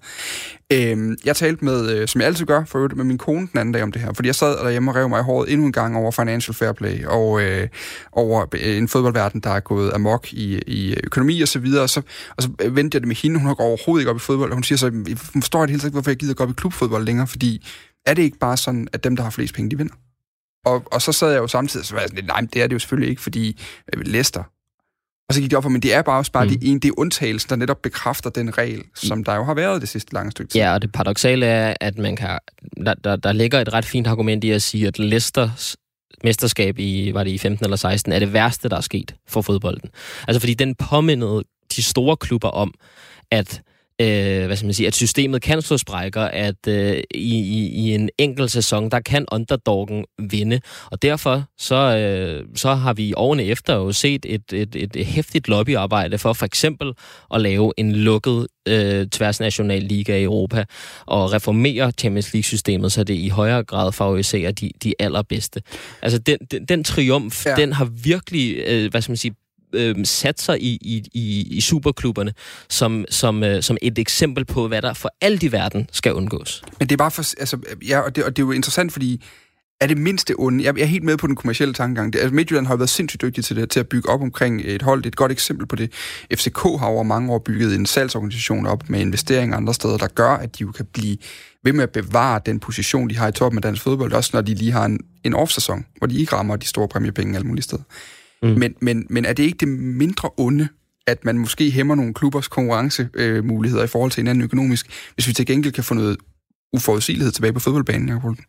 Jeg talte med, som jeg altid gør, for øvrigt med min kone den anden dag om det her, fordi jeg sad derhjemme og rev mig i håret endnu en gang over financial fair play, og over en fodboldverden, der er gået amok i økonomi og så videre, og så vendte jeg det med hende, hun går overhovedet ikke op i fodbold, og hun siger så, hun forstår helt ikke, hvorfor jeg gider gå op i klubfodbold længere, fordi er det ikke bare sådan, at dem, der har flest penge, de vinder? Og så sad jeg jo samtidig, så var jeg sådan lidt, nej, det er det jo selvfølgelig ikke, fordi Leicester. Og så gik det op for, men det er bare det er undtagelsen, der netop bekræfter den regel, som der jo har været det sidste lange stykke tid. Ja, og det paradoksale er, at man kan, der ligger et ret fint argument i at sige, at Leicesters mesterskab i 15 eller 16 er det værste, der er sket for fodbolden. Altså fordi den påmindede de store klubber om, at at systemet kan slå sprækker, at i en enkelt sæson, der kan underdoggen vinde. Og derfor så har vi årene efter jo set et heftigt lobbyarbejde for eksempel at lave en lukket tværsnational liga i Europa og reformere Champions League-systemet, så det i højere grad favoriserer de allerbedste. Altså den triumf, den har virkelig, sat sig i superklubberne som et eksempel på, hvad der for alt i verden skal undgås. Men det er bare og det er jo interessant, fordi er det mindste onde. Jeg er helt med på den kommercielle tankegang. Midtjylland har været sindssygt dygtige til at bygge op omkring et hold. Det er et godt eksempel på det. FCK har over mange år bygget en salgsorganisation op med investeringer andre steder, der gør, at de jo kan blive ved med at bevare den position, de har i toppen af dansk fodbold, også når de lige har en off-sæson, hvor de ikke rammer de store præmiepenge alle mulige steder. Men er det ikke det mindre onde, at man måske hæmmer nogle klubbers konkurrencemuligheder i forhold til hinanden økonomisk, hvis vi til gengæld kan få noget uforudsigelighed tilbage på fodboldbanen, Jacob Poulsen?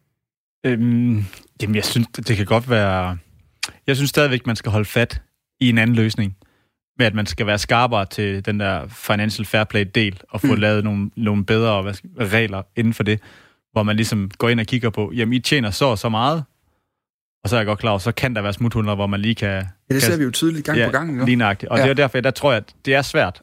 Jamen, jeg synes, det kan godt være. Jeg synes stadigvæk, man skal holde fat i en anden løsning, med at man skal være skarpere til den der financial fair play-del, og få lavet nogle bedre regler inden for det, hvor man ligesom går ind og kigger på, jamen, I tjener så meget, og så er jeg godt klar over, så kan der være smuthuller, hvor man lige kan... Ja, det ser vi jo tydeligt gang på gang. Ja, lige nøjagtigt. Og det er derfor, der tror jeg, at det er svært.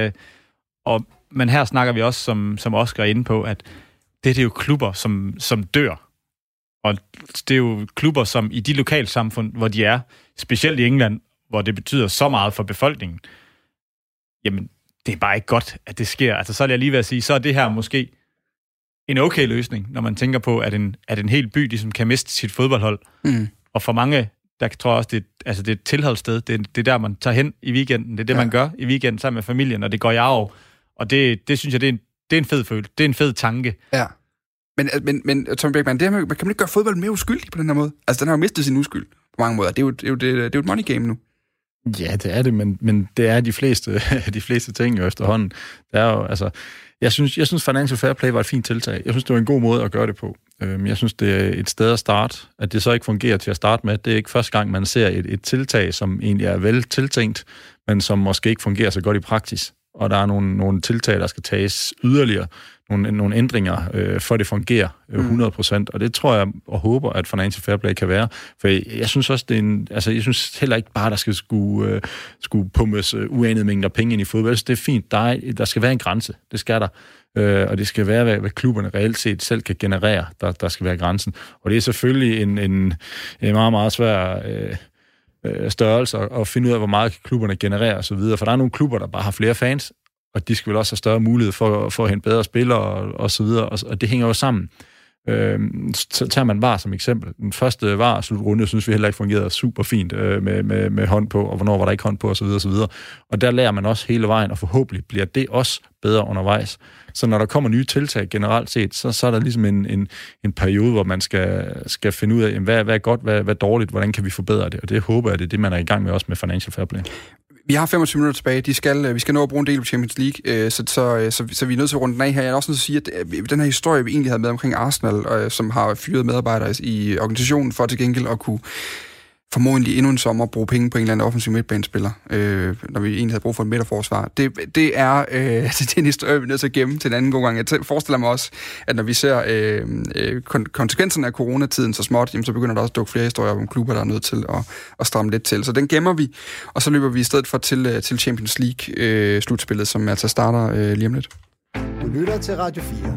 Men her snakker vi også, som Oscar er inde på, at det er jo klubber, som dør. Og det er jo klubber, som i de lokalsamfund, hvor de er, specielt i England, hvor det betyder så meget for befolkningen, jamen, det er bare ikke godt, at det sker. Altså, så er jeg lige ved at sige, så er det her måske en okay løsning, når man tænker på, at en hel by ligesom kan miste sit fodboldhold. Og for mange, der tror jeg også, det er et tilholdssted. Det er der, man tager hen i weekenden. Det er det, man gør i weekenden sammen med familien, og det går i arv. Og det synes jeg, det er en fed følelse. Det er en fed tanke. Ja. Men Tom Beckmann, kan man ikke gøre fodbold mere uskyldig på den her måde? Altså, den har jo mistet sin uskyld på mange måder. Det er jo et money game nu. Ja, det er det, men det er de fleste ting jo efterhånden. Det er jo, altså, Jeg synes Financial Fair Play var et fint tiltag. Jeg synes, det var en god måde at gøre det på. Jeg synes, det er et sted at starte. At det så ikke fungerer til at starte med, det er ikke første gang, man ser et tiltag, som egentlig er vel tiltænkt, men som måske ikke fungerer så godt i praksis. Og der er nogle tiltag, der skal tages yderligere, nogle ændringer, for det fungerer 100%. Og det tror jeg og håber, at Financial Fair Play kan være. For jeg synes også, jeg synes heller ikke bare, der skal skulle pumpes uanede mængder penge ind i fodbold. Det er fint. Der skal være en grænse. Det skal der. Og det skal være, hvad klubberne reelt set selv kan generere, der skal være grænsen. Og det er selvfølgelig en meget, meget svær størrelse at finde ud af, hvor meget klubberne genererer og så videre. For der er nogle klubber, der bare har flere fans, og de skal vel også have større mulighed for at hente bedre spillere og så videre, og det hænger jo sammen. Så tager man VAR som eksempel. Den første VAR-slutrunde, synes vi heller ikke fungerede super fint med hånd på, og hvornår var der ikke hånd på, og så videre, og så videre. Og der lærer man også hele vejen, og forhåbentlig bliver det også bedre undervejs. Så når der kommer nye tiltag generelt set, så er der ligesom en periode, hvor man skal finde ud af, hvad er godt, hvad er dårligt, hvordan kan vi forbedre det, og det håber jeg, det er det, man er i gang med også med Financial Fair Play. Vi har 25 minutter tilbage. Vi skal nå at bruge en del på Champions League, så vi er nødt til at runde den af her. Jeg er også nødt til at sige, at den her historie, vi egentlig havde med omkring Arsenal, som har fyret medarbejdere i organisationen for til gengæld at kunne formodentlig endnu en sommer bruge penge på en eller anden offensiv midtbanespiller, når vi egentlig havde brug for et midterforsvar. Det er en historie, vi er nødt til at gemme til en anden god gang. Jeg forestiller mig også, at når vi ser konsekvenserne af coronatiden så småt, så begynder der også at dukke flere historier om klubber, der er nødt til at stramme lidt til. Så den gemmer vi, og så løber vi i stedet for til Champions League-slutspillet, som altså starter lige om lidt. Du lytter til Radio 4.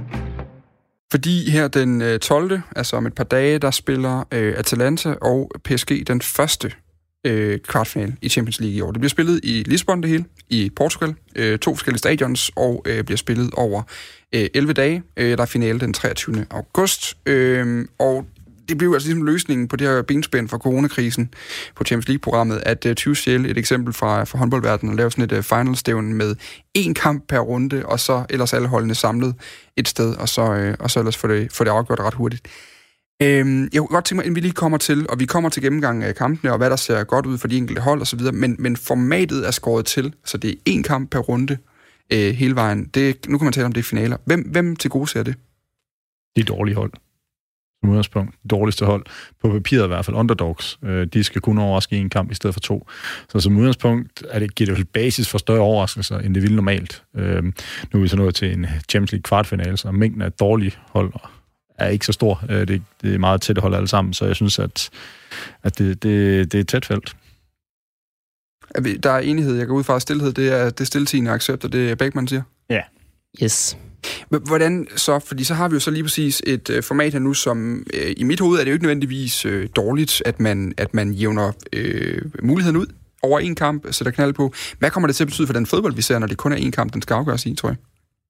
Fordi her den 12., altså om et par dage, der spiller Atalanta og PSG den første kvartfinale i Champions League i år. Det bliver spillet i Lisbon, det hele, i Portugal. 2 forskellige stadions, og bliver spillet over 11 dage. Der er finale den 23. august. Og det blev altså ligesom løsningen på det her benspænd fra coronakrisen på Champions League-programmet, at Tuchel, et eksempel fra håndboldverdenen, at lave sådan et finalstævne med 1 kamp per runde, og så ellers alle holdene samlet et sted, og så ellers få det afgjort ret hurtigt. Jeg kunne godt tænke mig, at vi lige kommer til gennemgang af kampene, og hvad der ser godt ud for de enkelte hold og så videre, men formatet er skåret til, så det er 1 kamp per runde hele vejen. Nu kan man tale om det finaler. Hvem til gode ser det? De dårlige hold. Som udgangspunkt. Dårligste hold. På papiret i hvert fald. Underdogs. De skal kun overraske i en kamp i stedet for 2. Så som udgangspunkt giver det basis for større overraskelser, end det ville normalt. Nu er vi så nået til en Champions League kvartfinale, så mængden af dårlige hold er ikke så stor. Det er meget tætte hold alle sammen, så jeg synes, at det er et tæt felt. Der er enighed. Jeg går ud fra stilhed. Det er stiltigende accept, og det er Beckmann siger? Ja. Yes. Hvordan så? Fordi så har vi jo så lige præcis et format her nu, som i mit hoved er det jo ikke nødvendigvis dårligt, at man jævner muligheden ud over 1 kamp, sætter knald på. Hvad kommer det til at betyde for den fodbold, vi ser, når det kun er 1 kamp, den skal afgøres i, tror jeg?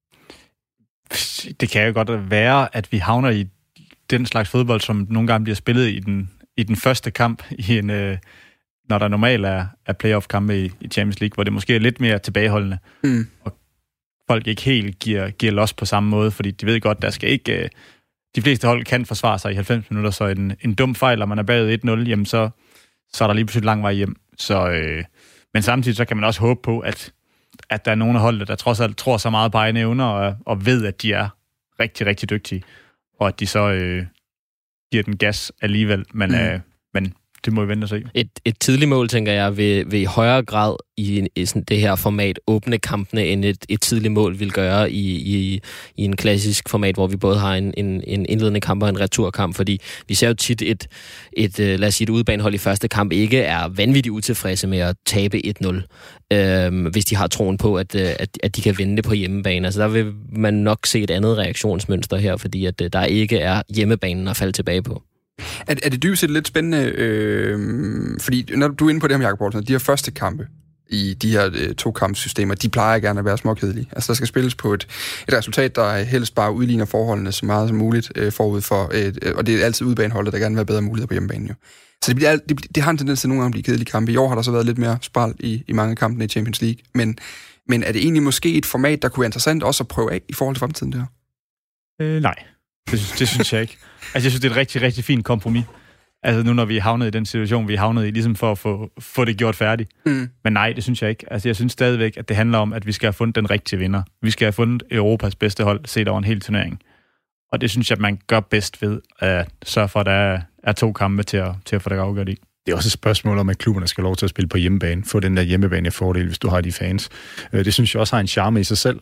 Det kan jo godt være, at vi havner i den slags fodbold, som nogle gange bliver spillet i den første kamp, når der normalt er playoff-kampe i Champions League, hvor det måske er lidt mere tilbageholdende. Og folk ikke helt giver los på samme måde, fordi de ved godt, der skal ikke... De fleste hold kan forsvare sig i 90 minutter, så en dum fejl, og man er bagud 1-0, jamen så er der lige pludselig lang vej hjem. Men samtidig så kan man også håbe på, at der er nogle af holdene, der trods alt tror så meget på egne evner, og ved, at de er rigtig, rigtig dygtige, og at de så giver den gas alligevel, men det må vi vente og se. Et tidligt mål, tænker jeg, vil i højere grad i sådan det her format åbne kampene, end et tidligt mål vil gøre i en klassisk format, hvor vi både har en indledende kamp og en returkamp, fordi vi ser jo tit lad os sige, et udebanehold i første kamp ikke er vanvittigt utilfredse med at tabe 1-0, hvis de har troen på, at de kan vinde det på hjemmebane. Altså der vil man nok se et andet reaktionsmønster her, fordi at der ikke er hjemmebanen at falde tilbage på. Er det dybest set lidt spændende, fordi når du er inde på det her, Jakob Poulsen, de her første kampe i de her 2 kampsystemer, de plejer gerne at være småkedelige. Altså der skal spilles på et resultat, der helst bare udligner forholdene så meget som muligt forud for, og det er altid udebaneholdet, der gerne vil have bedre muligheder på hjemmebanen jo. Så det har en tendens til nogle gange at blive kedelige kampe. I år har der så været lidt mere spral i mange af kampene i Champions League, men er det egentlig måske et format, der kunne være interessant også at prøve af i forhold til fremtiden det her? Nej, det synes jeg ikke. Altså, jeg synes, det er et rigtig, rigtig fint kompromis. Altså nu, når vi er havnet i den situation, vi er havnet i, ligesom for at få det gjort færdigt. Mm. Men nej, det synes jeg ikke. Altså jeg synes stadigvæk, at det handler om, at vi skal have fundet den rigtige vinder. Vi skal have fundet Europas bedste hold set over en hel turnering. Og det synes jeg, man gør bedst ved at sørge for, at der er 2 kampe til at få det afgjort i. Det er også et spørgsmål om, at klubberne skal have lov til at spille på hjemmebane. Få den der hjemmebane-fordel, hvis du har de fans. Det synes jeg også har en charme i sig selv,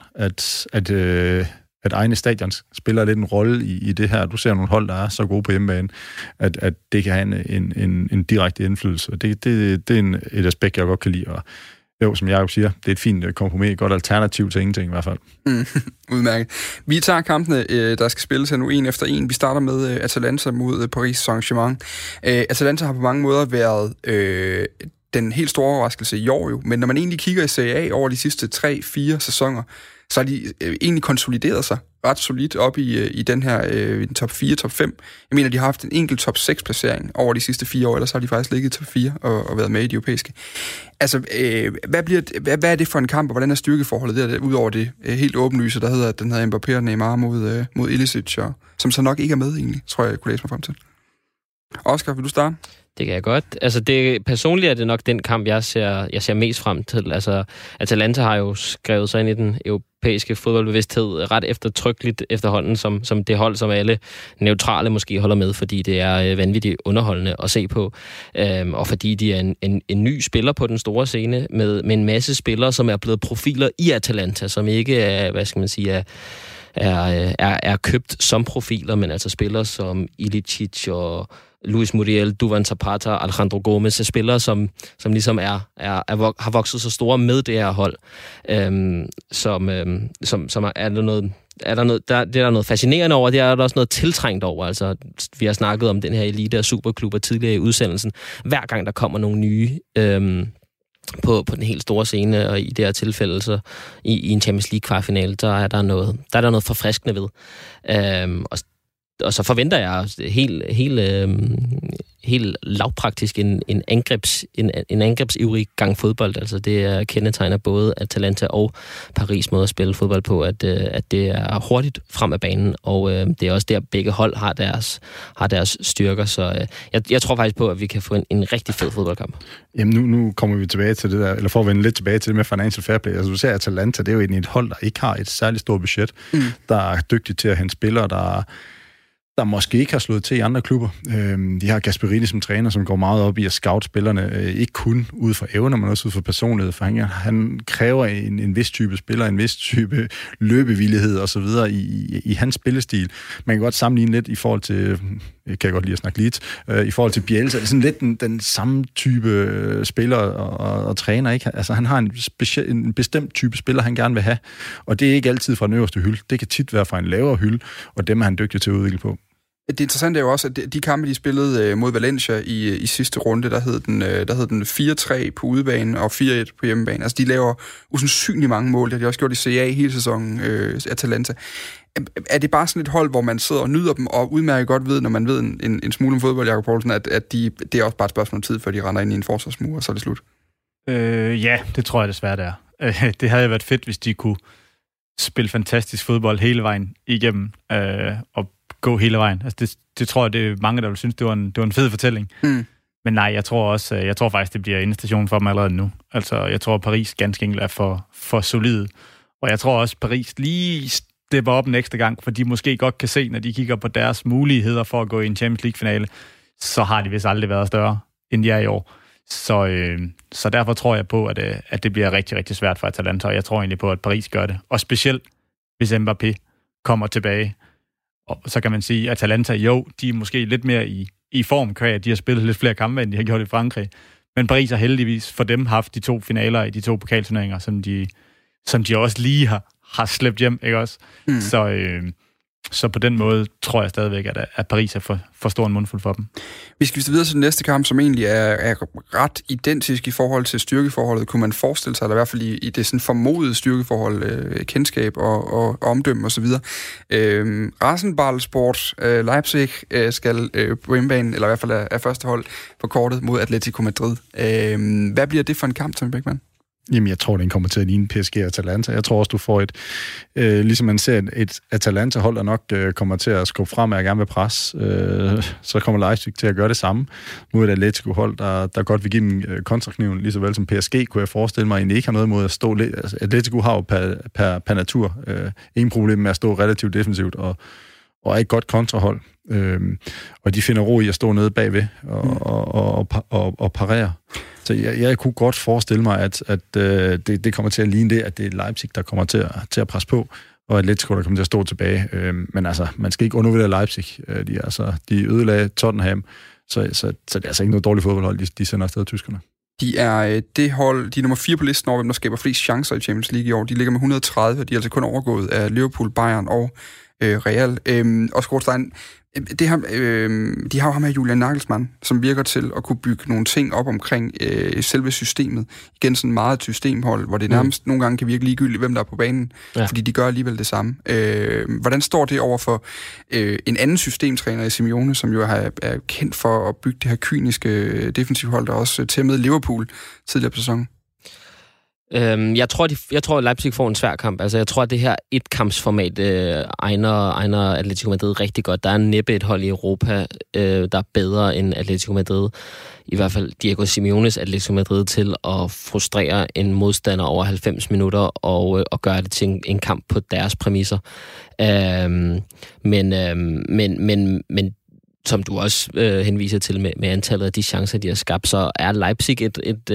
at egne stadions spiller lidt en rolle i det her. Du ser nogle hold, der er så gode på hjemmebane, at det kan have en direkte indflydelse. Og det er et aspekt, jeg godt kan lide. Og jo, som Jacob siger, det er et fint kompromis, et godt alternativ til ingenting i hvert fald. Udmærket. Vi tager kampene, der skal spilles her nu en efter en. Vi starter med Atalanta mod Paris Saint-Germain. Atalanta har på mange måder været den helt store overraskelse i år jo, men når man egentlig kigger i Serie A over de sidste 3-4 sæsoner, så har de egentlig konsolideret sig ret solidt op i den her top 4, top 5. Jeg mener, de har haft en enkelt top 6 placering over de sidste 4 år, ellers har de faktisk ligget i top 4 og været med i de europæiske. Altså, hvad er det for en kamp, og hvordan er styrkeforholdet der, udover det helt åbenlyse, der hedder, at den hedder Mbappé og Neymar mod Ilicic, som så nok ikke er med egentlig, tror jeg kunne læse mig frem til. Oscar, vil du starte? Det kan jeg godt. Altså personligt er det nok den kamp, jeg ser mest frem til. Altså Atalanta har jo skrevet sig ind i den europæiske fodboldbevidsthed ret eftertrykkeligt efterhånden som det hold, som alle neutrale måske holder med, fordi det er vanvittigt underholdende at se på. Og fordi de er en ny spiller på den store scene med en masse spillere, som er blevet profiler i Atalanta, som ikke er, hvad skal man sige, er købt som profiler, men altså spillere som Ilicic og Luis Muriel, Duvan Zapata, Alejandro Gomez, er spillere, som ligesom har vokset så store med det her hold, som er der noget fascinerende over, det er der også noget tiltrængt over. Altså, vi har snakket om den her elite af superklubber tidligere i udsendelsen. Hver gang der kommer nogle nye på den helt store scene, og i det her tilfælde så i en Champions League kvartfinale, der er der noget forfriskende ved. Og så forventer jeg helt lavpraktisk en angrebsivrig gang fodbold. Altså det kendetegner både Atalanta og Paris måde at spille fodbold på, at det er hurtigt frem af banen, og det er også der, begge hold har deres styrker. Så jeg tror faktisk på, at vi kan få en rigtig fed fodboldkamp. Jamen nu kommer vi tilbage til det der, eller for at vende lidt tilbage til det med financial fair play. Altså du ser Atalanta, det er jo et hold, der ikke har et særligt stort budget, der er dygtig til at hente spillere, der måske ikke har slået til i andre klubber. De har Gasperini som træner, som går meget op i at scout spillerne, ikke kun ud fra evner, men også ud fra personlighed, for han kræver en vis type spiller, en vis type løbevillighed og så videre i hans spillestil. Man kan godt sammenligne lidt i forhold til, jeg kan godt lide at snakke lidt, i forhold til Bielsa, det er sådan lidt den samme type spiller og træner, ikke? Altså han har en bestemt type spiller, han gerne vil have, og det er ikke altid fra den øverste hylde. Det kan tit være fra en lavere hylde, og dem er han dygtig til at udvikle på. Det interessante er jo også, at de kampe, de spillede mod Valencia i sidste runde, der hed den 4-3 på udebane og 4-1 på hjemmebane. Altså, de laver usandsynligt mange mål. Det har de også gjort i CA hele sæsonen, Atalanta. Er det bare sådan et hold, hvor man sidder og nyder dem, og udmærket godt ved, når man ved en smule om fodbold, Jacob Poulsen, at det er også bare et spørgsmål om tid, før de render ind i en forsvarsmur, og så er det slut? Ja, det tror jeg desværre, det er. Det havde været fedt, hvis de kunne spille fantastisk fodbold hele vejen igennem, og gå hele vejen. Altså det tror jeg, det er mange, der vil synes, det var en fed fortælling. Men nej, jeg tror faktisk, det bliver endestationen for dem allerede nu. Altså, jeg tror, Paris ganske enkelt er for solid. Og jeg tror også, Paris lige stepper op en ekstra gang, for de måske godt kan se, når de kigger på deres muligheder for at gå i en Champions League-finale, så har de vist aldrig været større, end de er i år. Så derfor tror jeg på, at det bliver rigtig, rigtig svært for Atalanta, og jeg tror egentlig på, at Paris gør det. Og specielt, hvis Mbappé kommer tilbage. Og så kan man sige, at Atalanta, jo, de er måske lidt mere i form, de har spillet lidt flere kampe, end de har gjort i Frankrig. Men Paris har heldigvis for dem haft de 2 finaler i de 2 pokalturneringer, som de også lige har slæbt hjem, ikke også? Så på den måde tror jeg stadigvæk, at Paris er for stor en mundfuld for dem. Vi skal videre til den næste kamp, som egentlig er ret identisk i forhold til styrkeforholdet. Kunne man forestille sig, eller i hvert fald i det sådan formodede styrkeforhold, kendskab og omdømme osv. Rasenballsport Leipzig skal på hjemmebane, eller i hvert fald er første hold på kortet mod Atletico Madrid. Hvad bliver det for en kamp, Tommy Bækman? Jamen, jeg tror, den kommer til at ligne PSG og Atalanta. Jeg tror også, du får ligesom man ser et Atalanta-hold, der nok kommer til at skubbe frem og gerne vil presse. Så kommer Leipzig til at gøre det samme. Nu er det Atletico-hold, der godt vil give dem kontrakniven, lige så vel som PSG, kunne jeg forestille mig, egentlig ikke har noget mod at stå lidt. Altså, Atletico har jo per natur ingen problem med at stå relativt defensivt og er et godt kontrahold. Og de finder ro i at stå nede bagved og parere. Så jeg kunne godt forestille mig, at det kommer til at ligne det, at det er Leipzig, der kommer til at presse på, og Atletico, der kommer til at stå tilbage. Men altså, man skal ikke undervurdere Leipzig. De ødelagde Tottenham, så det er altså ikke noget dårligt fodboldhold, de sender afsted tyskerne. De er det hold, de er nummer 4 på listen over, hvem der skaber flest chancer i Champions League i år. De ligger med 130, og de er altså kun overgået af Liverpool, Bayern og Real. Og Skorstein, de har jo ham her Julian Nagelsmann, som virker til at kunne bygge nogle ting op omkring selve systemet. Igen sådan meget et systemhold, hvor det nærmest nogle gange kan virke ligegyldigt, hvem der er på banen, fordi de gør alligevel det samme. Hvordan står det over for en anden systemtræner i Simeone, som jo er kendt for at bygge det her kyniske defensivhold, der også tæmmede Liverpool tidligere på sæsonen? Jeg tror, at Leipzig får en svær kamp. Altså, jeg tror, at det her etkampsformat egner Atletico Madrid rigtig godt. Der er næppe et hold i Europa, der er bedre end Atletico Madrid. I hvert fald Diego Simeones Atletico Madrid til at frustrere en modstander over 90 minutter og gøre det til en kamp på deres præmisser. Men som du også henviser til med antallet af de chancer, de har skabt, så er Leipzig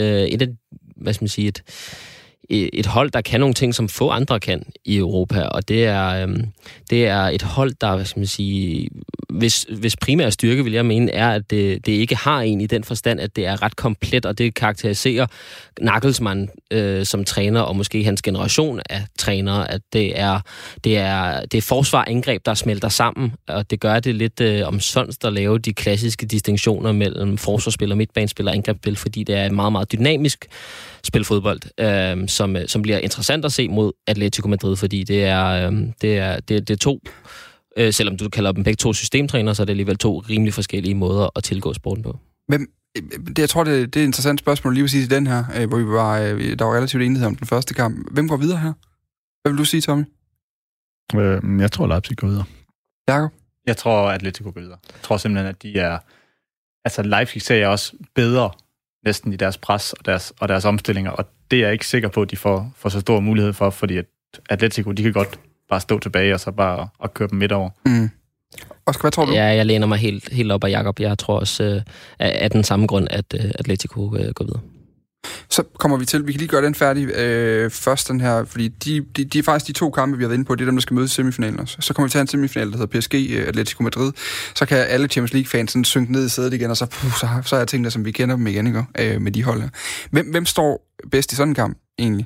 et hold, der kan nogle ting, som få andre kan i Europa, og det er et hold, der, hvis primære styrke, vil jeg mene, er, at det ikke har en i den forstand, at det er ret komplet, og det karakteriserer Nagelsmann som træner, og måske hans generation af trænere, at det er forsvar-angreb, der smelter sammen, og det gør det lidt omsonst at lave de klassiske distinktioner mellem forsvarsspiller, midtbanespiller og angrebsspil, fordi det er et meget, meget dynamisk spil fodbold, som bliver interessant at se mod Atletico Madrid, fordi det er to, selvom du kalder dem begge to systemtrænere, så er det alligevel to rimelig forskellige måder at tilgå sporten på. Jeg tror, det er et interessant spørgsmål lige præcis i den her, hvor der var relativt enighed om den første kamp. Hvem går videre her? Hvad vil du sige, Tommy? Jeg tror, Leipzig går videre. Jakob? Jeg tror, Atletico går videre. Jeg tror simpelthen, at de er... Altså, Leipzig ser jeg også bedre næsten i deres pres og deres omstillinger, og det er jeg ikke sikker på, at de får så stor mulighed for, fordi at Atletico, de kan godt bare stå tilbage og så bare og køre dem midt over. Oscar, hvad tror du? Ja, jeg læner mig helt op af Jakob. Jeg tror også, af den samme grund, at Atletico går videre. Så kommer vi til, vi kan lige gøre den færdig først, den her, fordi de er faktisk de 2 kampe, vi har været inde på, det er dem, der skal mødes i semifinalen også. Så kommer vi til en semifinal, der hedder PSG, Atletico Madrid. Så kan alle Champions League-fans synke ned i sædet igen, og så er tingene, som vi kender dem igen, ikke? Med de hold her. Hvem står bedst i sådan en kamp, egentlig?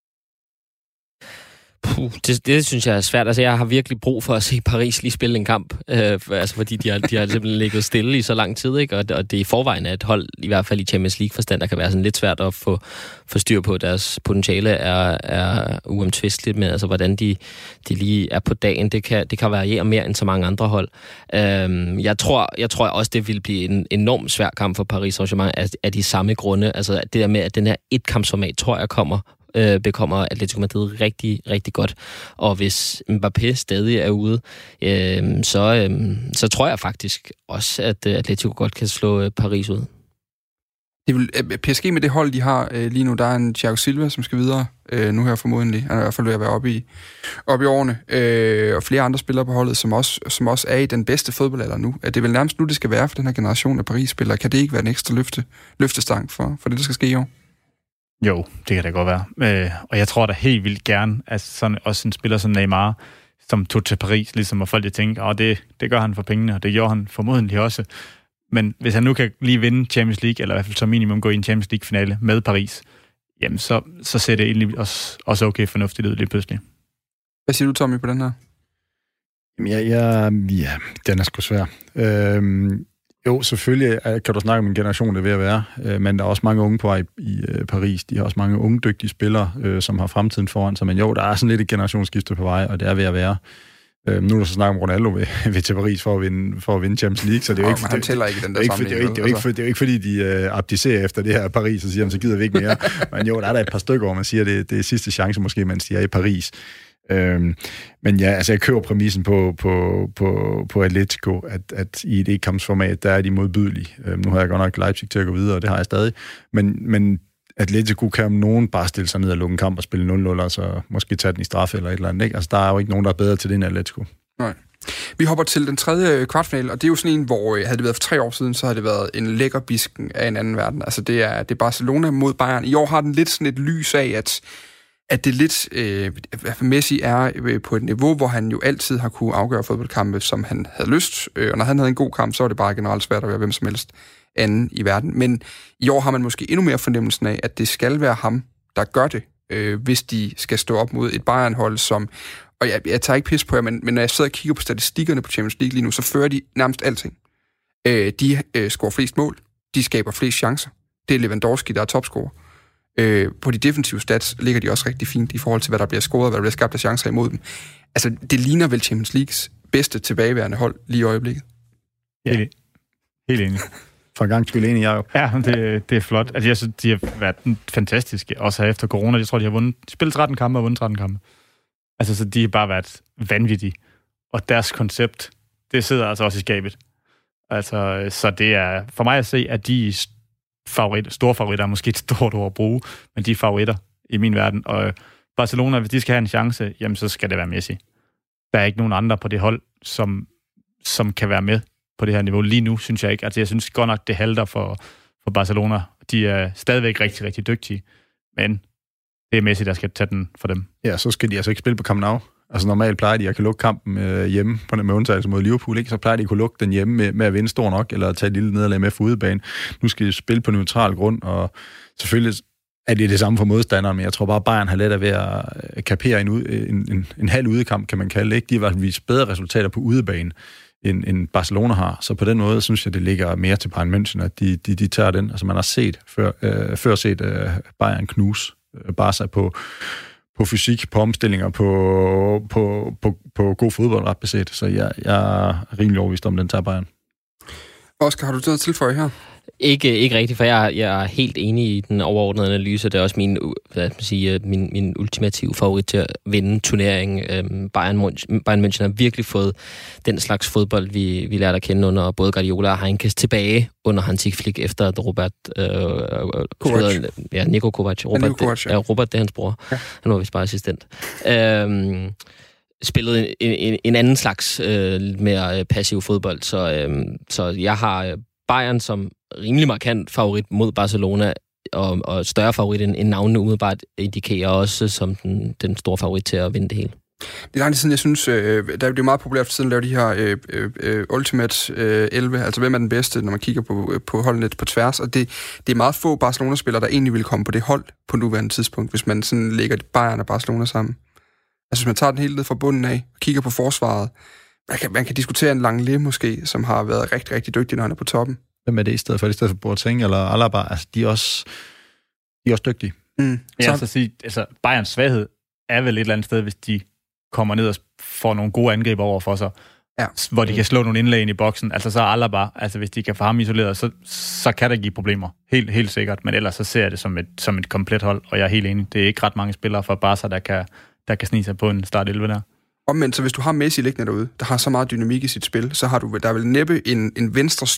Det synes jeg er svært. Altså, jeg har virkelig brug for at se Paris lige spille en kamp, fordi de har simpelthen ligget stille i så lang tid, ikke? Og det i forvejen er et hold, i hvert fald i Champions League-forstand, der kan være sådan lidt svært at få styr på. Deres potentiale er uomtvisteligt med, altså hvordan de lige er på dagen. Det kan variere mere end så mange andre hold. Jeg tror også, det vil blive en enormt svær kamp for Paris Saint-Germain af de samme grunde. Altså det der med, at den her etkampsformat, tror jeg, bekommer Atletico Madrid rigtig, rigtig godt. Og hvis Mbappé stadig er ude, så tror jeg faktisk også, at Atletico godt kan slå Paris ud. Det vil, PSG med det hold, de har lige nu, der er en Thiago Silva, som skal videre nu her formodentlig. Han er i hvert fald ved at være oppe i årene. Og flere andre spillere på holdet, som også er i den bedste fodboldalder nu. Det er vel nærmest nu, det skal være for den her generation af Paris-spillere. Kan det ikke være en ekstra løftestang for det, der skal ske i år? Jo, det kan det godt være. Og jeg tror da helt vildt gerne, at sådan, også en spiller som Neymar, som tog til Paris, ligesom og folk tænker, det gør han for pengene, og det gjorde han formodentlig også. Men hvis han nu kan lige vinde Champions League, eller i hvert fald som minimum gå i en Champions League-finale med Paris, jamen så ser det egentlig også okay fornuftigt ud lige pludselig. Hvad siger du, Tommy, på den her? Ja, den er sgu svær. Jo, selvfølgelig kan du snakke om en generation, der er ved at være, men der er også mange unge på vej i Paris. De har også mange unge, dygtige spillere, som har fremtiden foran sig. Men jo, der er sådan lidt et generationsskifte på vej, og det er ved at være. Nu er der så snak om Ronaldo ved til Paris for at vinde Champions League, så det er jo ikke... han tæller ikke i den der sammenhæng. Det er jo ikke fordi, de abdicerer efter det her Paris og siger, så gider vi ikke mere. Men jo, der er der et par stykker, hvor man siger, det er sidste chance måske, mens de er i Paris. Men ja, altså jeg køber præmissen på Atletico, at i et ikke-kampsformat, der er de modbydelige. Nu har jeg godt nok Leipzig til at gå videre, og det har jeg stadig. Men Atletico kan om nogen bare stille sig ned og lukke en kamp og spille 0-0, og så måske tage den i straffe eller et eller andet. Ikke? Altså, der er jo ikke nogen, der er bedre til det end Atletico. Nej. Vi hopper til den tredje kvartfinale, og det er jo sådan en, hvor havde det været for 3 år siden, så havde det været en lækker bisken af en anden verden. Altså, det er Barcelona mod Bayern. I år har den lidt sådan et lys af, at det lidt Messi er på et niveau, hvor han jo altid har kunne afgøre fodboldkampe, som han havde lyst. Og når han havde en god kamp, så var det bare generelt svært at være hvem som helst anden i verden. Men i år har man måske endnu mere fornemmelsen af, at det skal være ham, der gør det, hvis de skal stå op mod et Bayern-hold, som... Og jeg tager ikke pis på jer, men når jeg sidder og kigger på statistikkerne på Champions League lige nu, så fører de nærmest alting. De scorer flest mål, de skaber flest chancer. Det er Lewandowski, der er topscorer. På de defensive stats ligger de også rigtig fint i forhold til, hvad der bliver scoret, hvad der bliver skabt af chancer imod dem. Altså, det ligner vel Champions Leagues bedste tilbageværende hold lige i øjeblikket. Ja. Helt enig. For en gang skyld enig, jeg jo. Ja, det er flot. Altså, jeg synes, de har været fantastiske, også her efter corona. Jeg tror, de har spillet 13 kampe og vundet 13 kampe. Altså, så de har bare været vanvittige. Og deres koncept, det sidder altså også i skabet. Altså, så det er for mig at se, at de store favoritter er måske et stort ord at bruge, men de er favoritter i min verden. Og Barcelona, hvis de skal have en chance, jamen så skal det være Messi. Der er ikke nogen andre på det hold, som kan være med på det her niveau. Lige nu, synes jeg ikke. Altså, jeg synes godt nok, det halter for Barcelona. De er stadigvæk rigtig, rigtig dygtige, men det er Messi, der skal tage den for dem. Ja, så skal de altså ikke spille på Camp Nou. Altså normalt plejer de at kunne lukke kampen hjemme på den med undtagelse mod Liverpool, ikke? Så plejer de at kunne lukke den hjemme med at vinde stor nok, eller tage et lille nederlag med for udebane. Nu skal de spille på neutral grund, og selvfølgelig er det samme for modstanderen, men jeg tror bare, Bayern har let ved at kapere en halv udekamp, kan man kalde det, ikke? De har været vist bedre resultater på udebane, end Barcelona har. Så på den måde synes jeg, det ligger mere til Bayern München, at de tager den. Altså man har set før set Bayern knuse Barca på fysik, på omstillinger, på god fodbold ret beset. Så jeg er rimelig overbevist om, den tager Bayern. Oscar, har du noget at tilføje her? Ikke rigtigt, for jeg er helt enig i den overordnede analyse. Det er også min ultimative favorit til at vinde turneringen. Bayern München har virkelig fået den slags fodbold, vi lærte at kende under både Guardiola og Heinkes tilbage under Hansi Flick, efter at Niko Kovac. Robert, det er hans bror. Ja. Han var vist bare assistent. Spillede en anden slags mere passiv fodbold, så jeg har Bayern som rimelig markant favorit mod Barcelona, og større favorit end navnene umiddelbart indikerer også som den store favorit til at vinde det hele. Det er lang tid siden, jeg synes, der er det meget populært for tiden at lave de her Ultimate 11, altså hvem er den bedste, når man kigger på holdene på tværs, og det er meget få Barcelona-spillere, der egentlig vil komme på det hold på nuværende tidspunkt, hvis man sådan lægger Bayern og Barcelona sammen. Altså hvis man tager den hele ned fra bunden af, og kigger på forsvaret, man kan diskutere en Langley måske, som har været rigtig, rigtig dygtig, når han er på toppen. Hvem er det i stedet for? I stedet for Boateng eller Alaba? Altså, de er også dygtige. Så sige, altså, Bayerns svaghed er vel et eller andet sted, hvis de kommer ned og får nogle gode angreb over for sig, hvor de kan slå nogle indlæg ind i boksen. Altså så Alaba, altså hvis de kan få ham isoleret, så kan der give problemer. Helt sikkert. Men ellers så ser jeg det som et komplet hold, og jeg er helt enig. Det er ikke ret mange spillere fra Barca, der kan snige sig på en start 11 der. Omvendt, så hvis du har Messi liggende derude, der har så meget dynamik i sit spil, så har der vil næppe en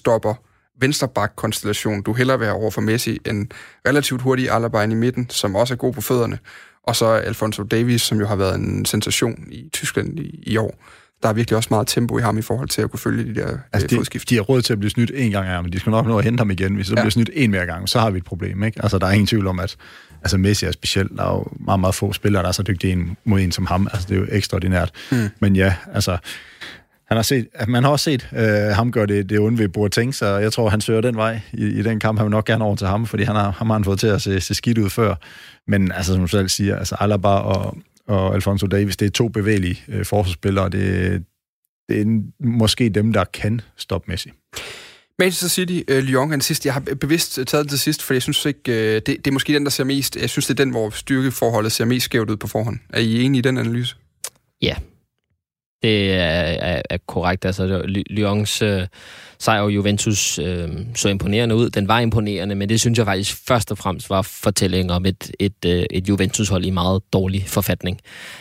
venstreback-konstellation, du hellere vil have over for Messi, en relativt hurtig Alaba i midten, som også er god på fødderne, og så Alphonso Davies, som jo har været en sensation i Tyskland i år. Der er virkelig også meget tempo i ham i forhold til at kunne følge de der fodskift. De har råd til at blive snydt en gang af, men de skal nok nå at hente ham igen. Hvis de bliver snydt en mere gang, så har vi et problem, ikke? Altså, der er ingen tvivl om, at Messi er specielt. Der er jo meget, meget få spillere, der er så dygtige mod en som ham. Altså, det er jo ekstraordinært. Men ja, altså... Man har også set ham gøre det onde ved Boateng, så jeg tror, han søger den vej i den kamp. Han vil nok gerne over til ham, fordi ham har han fået til at se skidt ud før. Men altså, som du selv siger, altså Alaba og Alphonso Davies, det er 2 bevægelige forsvarsspillere, og det er måske dem, der kan stoppe Messi. Manchester City, Lyon er den sidste. Jeg har bevidst taget det til sidst, for jeg synes ikke, det er måske den, der ser mest. Jeg synes, det er den, hvor styrkeforholdet ser mest skævt ud på forhånd. Er I enige i den analyse? Ja. Det er korrekt. Altså, Lyons sejr over Juventus så imponerende ud. Den var imponerende, men det synes jeg faktisk først og fremmest var fortælling om et Juventus-hold i meget dårlig forfatning.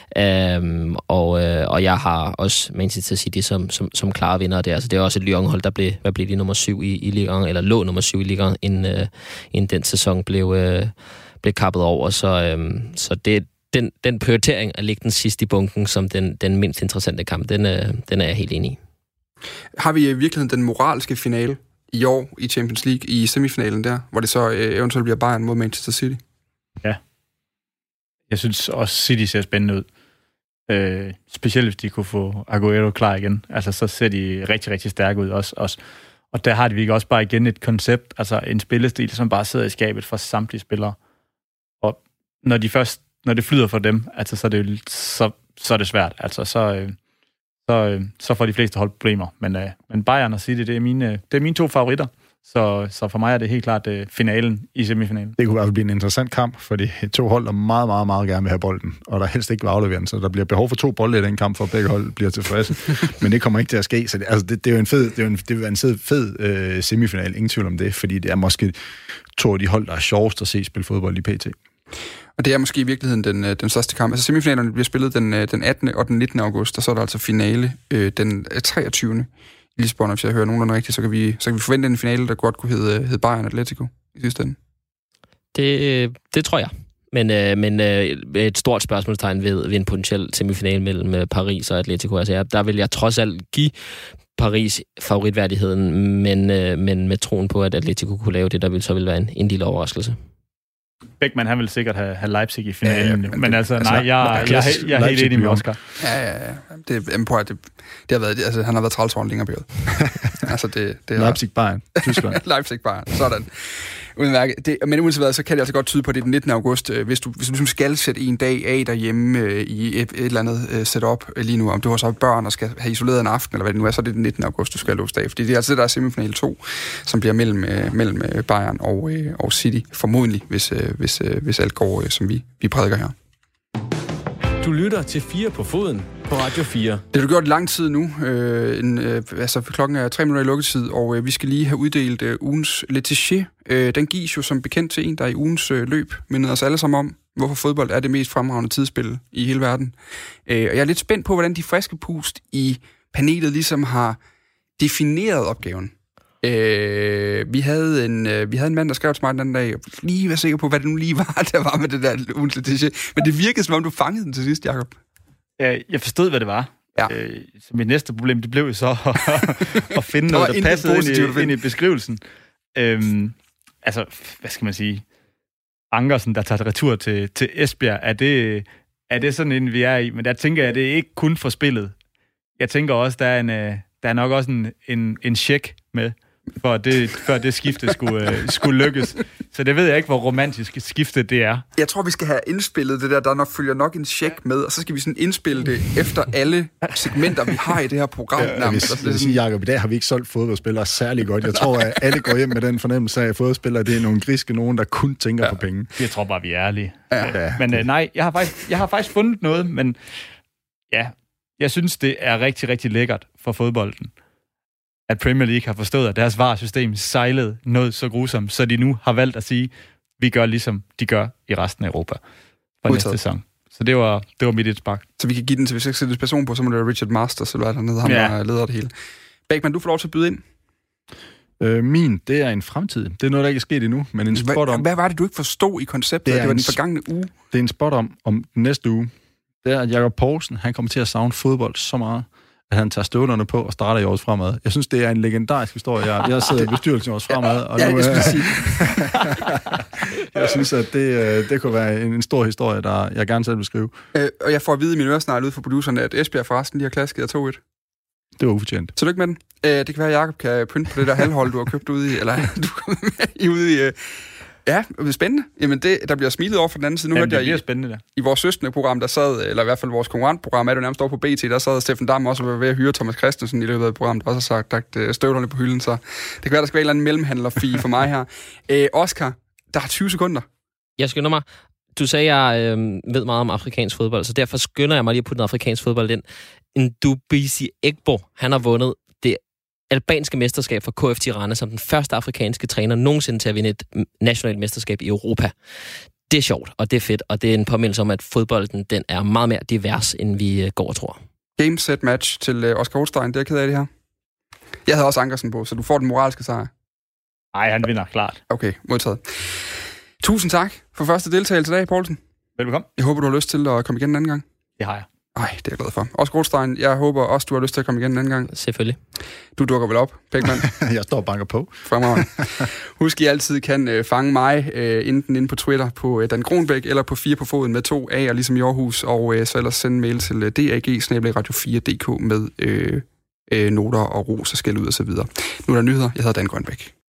Og jeg har også Manchester City som klare vinder der. Altså, det er også et Lyon-hold, der blev de nummer 7 i ligaen, eller lå nummer 7 i ligaen, inden den sæson blev kappet over. Så det den prioritering at ligge den sidste i bunken som den mindst interessante kamp, den er jeg helt enig i. Har vi i virkeligheden den moralske finale i år i Champions League i semifinalen der, hvor det så eventuelt bliver Bayern mod Manchester City? Ja. Jeg synes også, City ser spændende ud. Specielt hvis de kunne få Aguero klar igen. Altså, så ser de rigtig, rigtig stærke ud også. Og der har de virkelig også bare igen et koncept, altså en spillestil, som bare sidder i skabet for samtlige spillere. Og når det flyder for dem, altså, så er det svært. Altså, så får de fleste hold problemer. Men Bayern og City, det er mine to favoritter. Så for mig er det helt klart finalen i semifinalen. Det kunne i hvert fald blive en interessant kamp, for de to hold, der meget, meget, meget gerne vil have bolden, og der helst ikke vil aflevere den, så der bliver behov for 2 bolde i den kamp, for at begge hold bliver tilfredse. Men det kommer ikke til at ske, så det er jo det vil være en fed semifinal, ingen tvivl om det, fordi det er måske 2 af de hold, der er sjovest at se spille fodbold i PT. Og det er måske i virkeligheden den største kamp. Altså semifinalerne bliver spillet den 18. og den 19. august, og så er der altså finale den 23. i Lisbon, og hvis jeg hører nogenlunde rigtigt, så kan vi forvente en finale, der godt kunne hedde Bayern Atletico i sidste ende. Det tror jeg. Men et stort spørgsmålstegn ved en potentiel semifinal mellem Paris og Atletico. Altså, der vil jeg trods alt give Paris favoritværdigheden, men med troen på, at Atletico kunne lave det, så vil være en lille overraskelse. Beckmann, han vil sikkert have Leipzig i finalen. Ja, men jeg er helt enig med Oscar. Ja. Det har været, altså, han har været trælsvogn længere periode. Altså, det Leipzig Bayern. Tyskland. Leipzig Bayern. Sådan. Udmærket. Men uanset hvad, så kan det altså godt tyde på, at det er den 19. august, hvis du ligesom skal sætte en dag af derhjemme i et eller andet setup lige nu, om du har så børn og skal have isoleret en aften, eller hvad det nu er, så er det den 19. august, du skal låse af. Fordi det er altså det, der er semifinal 2, som bliver mellem Bayern og City, formodentlig, hvis alt går, som vi prædiker her. Du lytter til 4 på foden på Radio 4. Det har du gjort i lang tid nu. Klokken er 3 minutter i lukketid, og vi skal lige have uddelt ugens Letiché. Den gives jo som bekendt til en, der i ugens løb mindede os alle sammen om, hvorfor fodbold er det mest fremragende tidsspil i hele verden. Og jeg er lidt spændt på, hvordan de friske pust i panelet ligesom har defineret opgaven. Vi havde en mand, der skrev til mig den anden dag, og lige var sikker på, hvad det nu lige var, der var med det der ugens Letiché. Men det virkede, som om du fangede den til sidst, Jacob. Jeg forstod, hvad det var. Ja. Så mit næste problem, det blev jo så at finde noget, der passede ind i beskrivelsen. Altså, hvad skal man sige? Ankersen, der tager retur til Esbjerg, er det sådan en, vi er i? Men der tænker jeg, det er ikke kun for spillet. Jeg tænker også, der er nok også en check med, før det skifte skulle lykkes. Så det ved jeg ikke, hvor romantisk skifte det er. Jeg tror, vi skal have indspillet det der følger nok en check med, og så skal vi sådan indspille det efter alle segmenter, vi har i det her program. Jeg vil sige, Jacob, i dag har vi ikke solgt fodboldspillere særlig godt. Jeg tror, at alle går hjem med den fornemmelse af, at fodboldspillere, det er nogle griske nogen, der kun tænker på penge. Jeg tror bare, vi er ærlige. Ja. Men nej, jeg har faktisk fundet noget, men ja, jeg synes, det er rigtig, rigtig lækkert for fodbolden, at Premier League har forstået, at deres VAR-system sejlede noget så grusomt, så de nu har valgt at sige, vi gør ligesom de gør i resten af Europa for næste sæson. Så det var mit indspark. Så vi kan give den til, hvis jeg sætter person på, så må det være Richard Masters, eller hvad der nede, ham der leder det hele. Beckmann, du får lov til at byde ind. Det er en fremtid. Det er noget, der ikke er sket endnu, men en spot om... Hvad var det, du ikke forstod i konceptet? Det var den forgangne uge. Det er en spot om den næste uge. Det er, at Jacob Poulsen, han kommer til at savne fodbold så meget, at han tager støvlerne på og starter i Årets Fremad. Jeg synes, det er en legendarisk historie. Jeg sidder i bestyrelsen i Årets Fremad, og nu... Jeg synes, at det kunne være en stor historie, der jeg gerne selv vil skrive. Og jeg får at vide i min øresnegl ud fra producerne, at Esbjerg forresten, de har klasket af 2-1. Det var ufortjent. Tillykke med den. Det kan være, at Jacob kan pynte på det der halvhold, du har købt ude i, eller du kommer med ude i... Ja, det er spændende. Jamen, der bliver smilet over fra den anden side. Nu hørte jeg spændende, i vores søskende-program, der sad, eller i hvert fald vores konkurrentprogram, er det nærmest over på BT, der sad Steffen Dam også og var ved at hyre Thomas Christensen i løbet af programmet, der også har sagt støvlerne på hylden, så det kan være, der skal være en eller anden mellemhandler-fee for mig her. Oscar, der er 20 sekunder. Jeg skynder mig. Du sagde, at jeg ved meget om afrikansk fodbold, så derfor skynder jeg mig lige at putte noget afrikansk fodbold ind. Ndubisi Egbo, han har vundet det albanske mesterskab for KF Tirana som den første afrikanske træner nogensinde til at vinde et nationalt mesterskab i Europa. Det er sjovt, og det er fedt, og det er en påmindelse om, at fodbolden den er meget mere divers, end vi går og tror. Game set match til Oscar Holstein, det er jeg ked af det her. Jeg havde også Ankersen på, så du får den moralske sejr. Nej, han vinder klart. Okay, modtaget. Tusind tak for første deltagelse i dag, Poulsen. Velbekomme. Jeg håber, du har lyst til at komme igen en anden gang. Det har jeg. Nej, det er jeg glad for. Oscar Holstein, jeg håber også, du har lyst til at komme igen en anden gang. Selvfølgelig. Du dukker vel op, Pækman? Jeg står og banker på. Fremragende. Husk, I altid kan fange mig enten inde på Twitter på Dan Kronbæk eller på 4 på foden med 2 A'er, ligesom i Aarhus, og så ellers sende en mail til dag@radio4.dk med noter og ros og skæld ud og så videre. Nu er der nyheder. Jeg hedder Dan Grønbæk.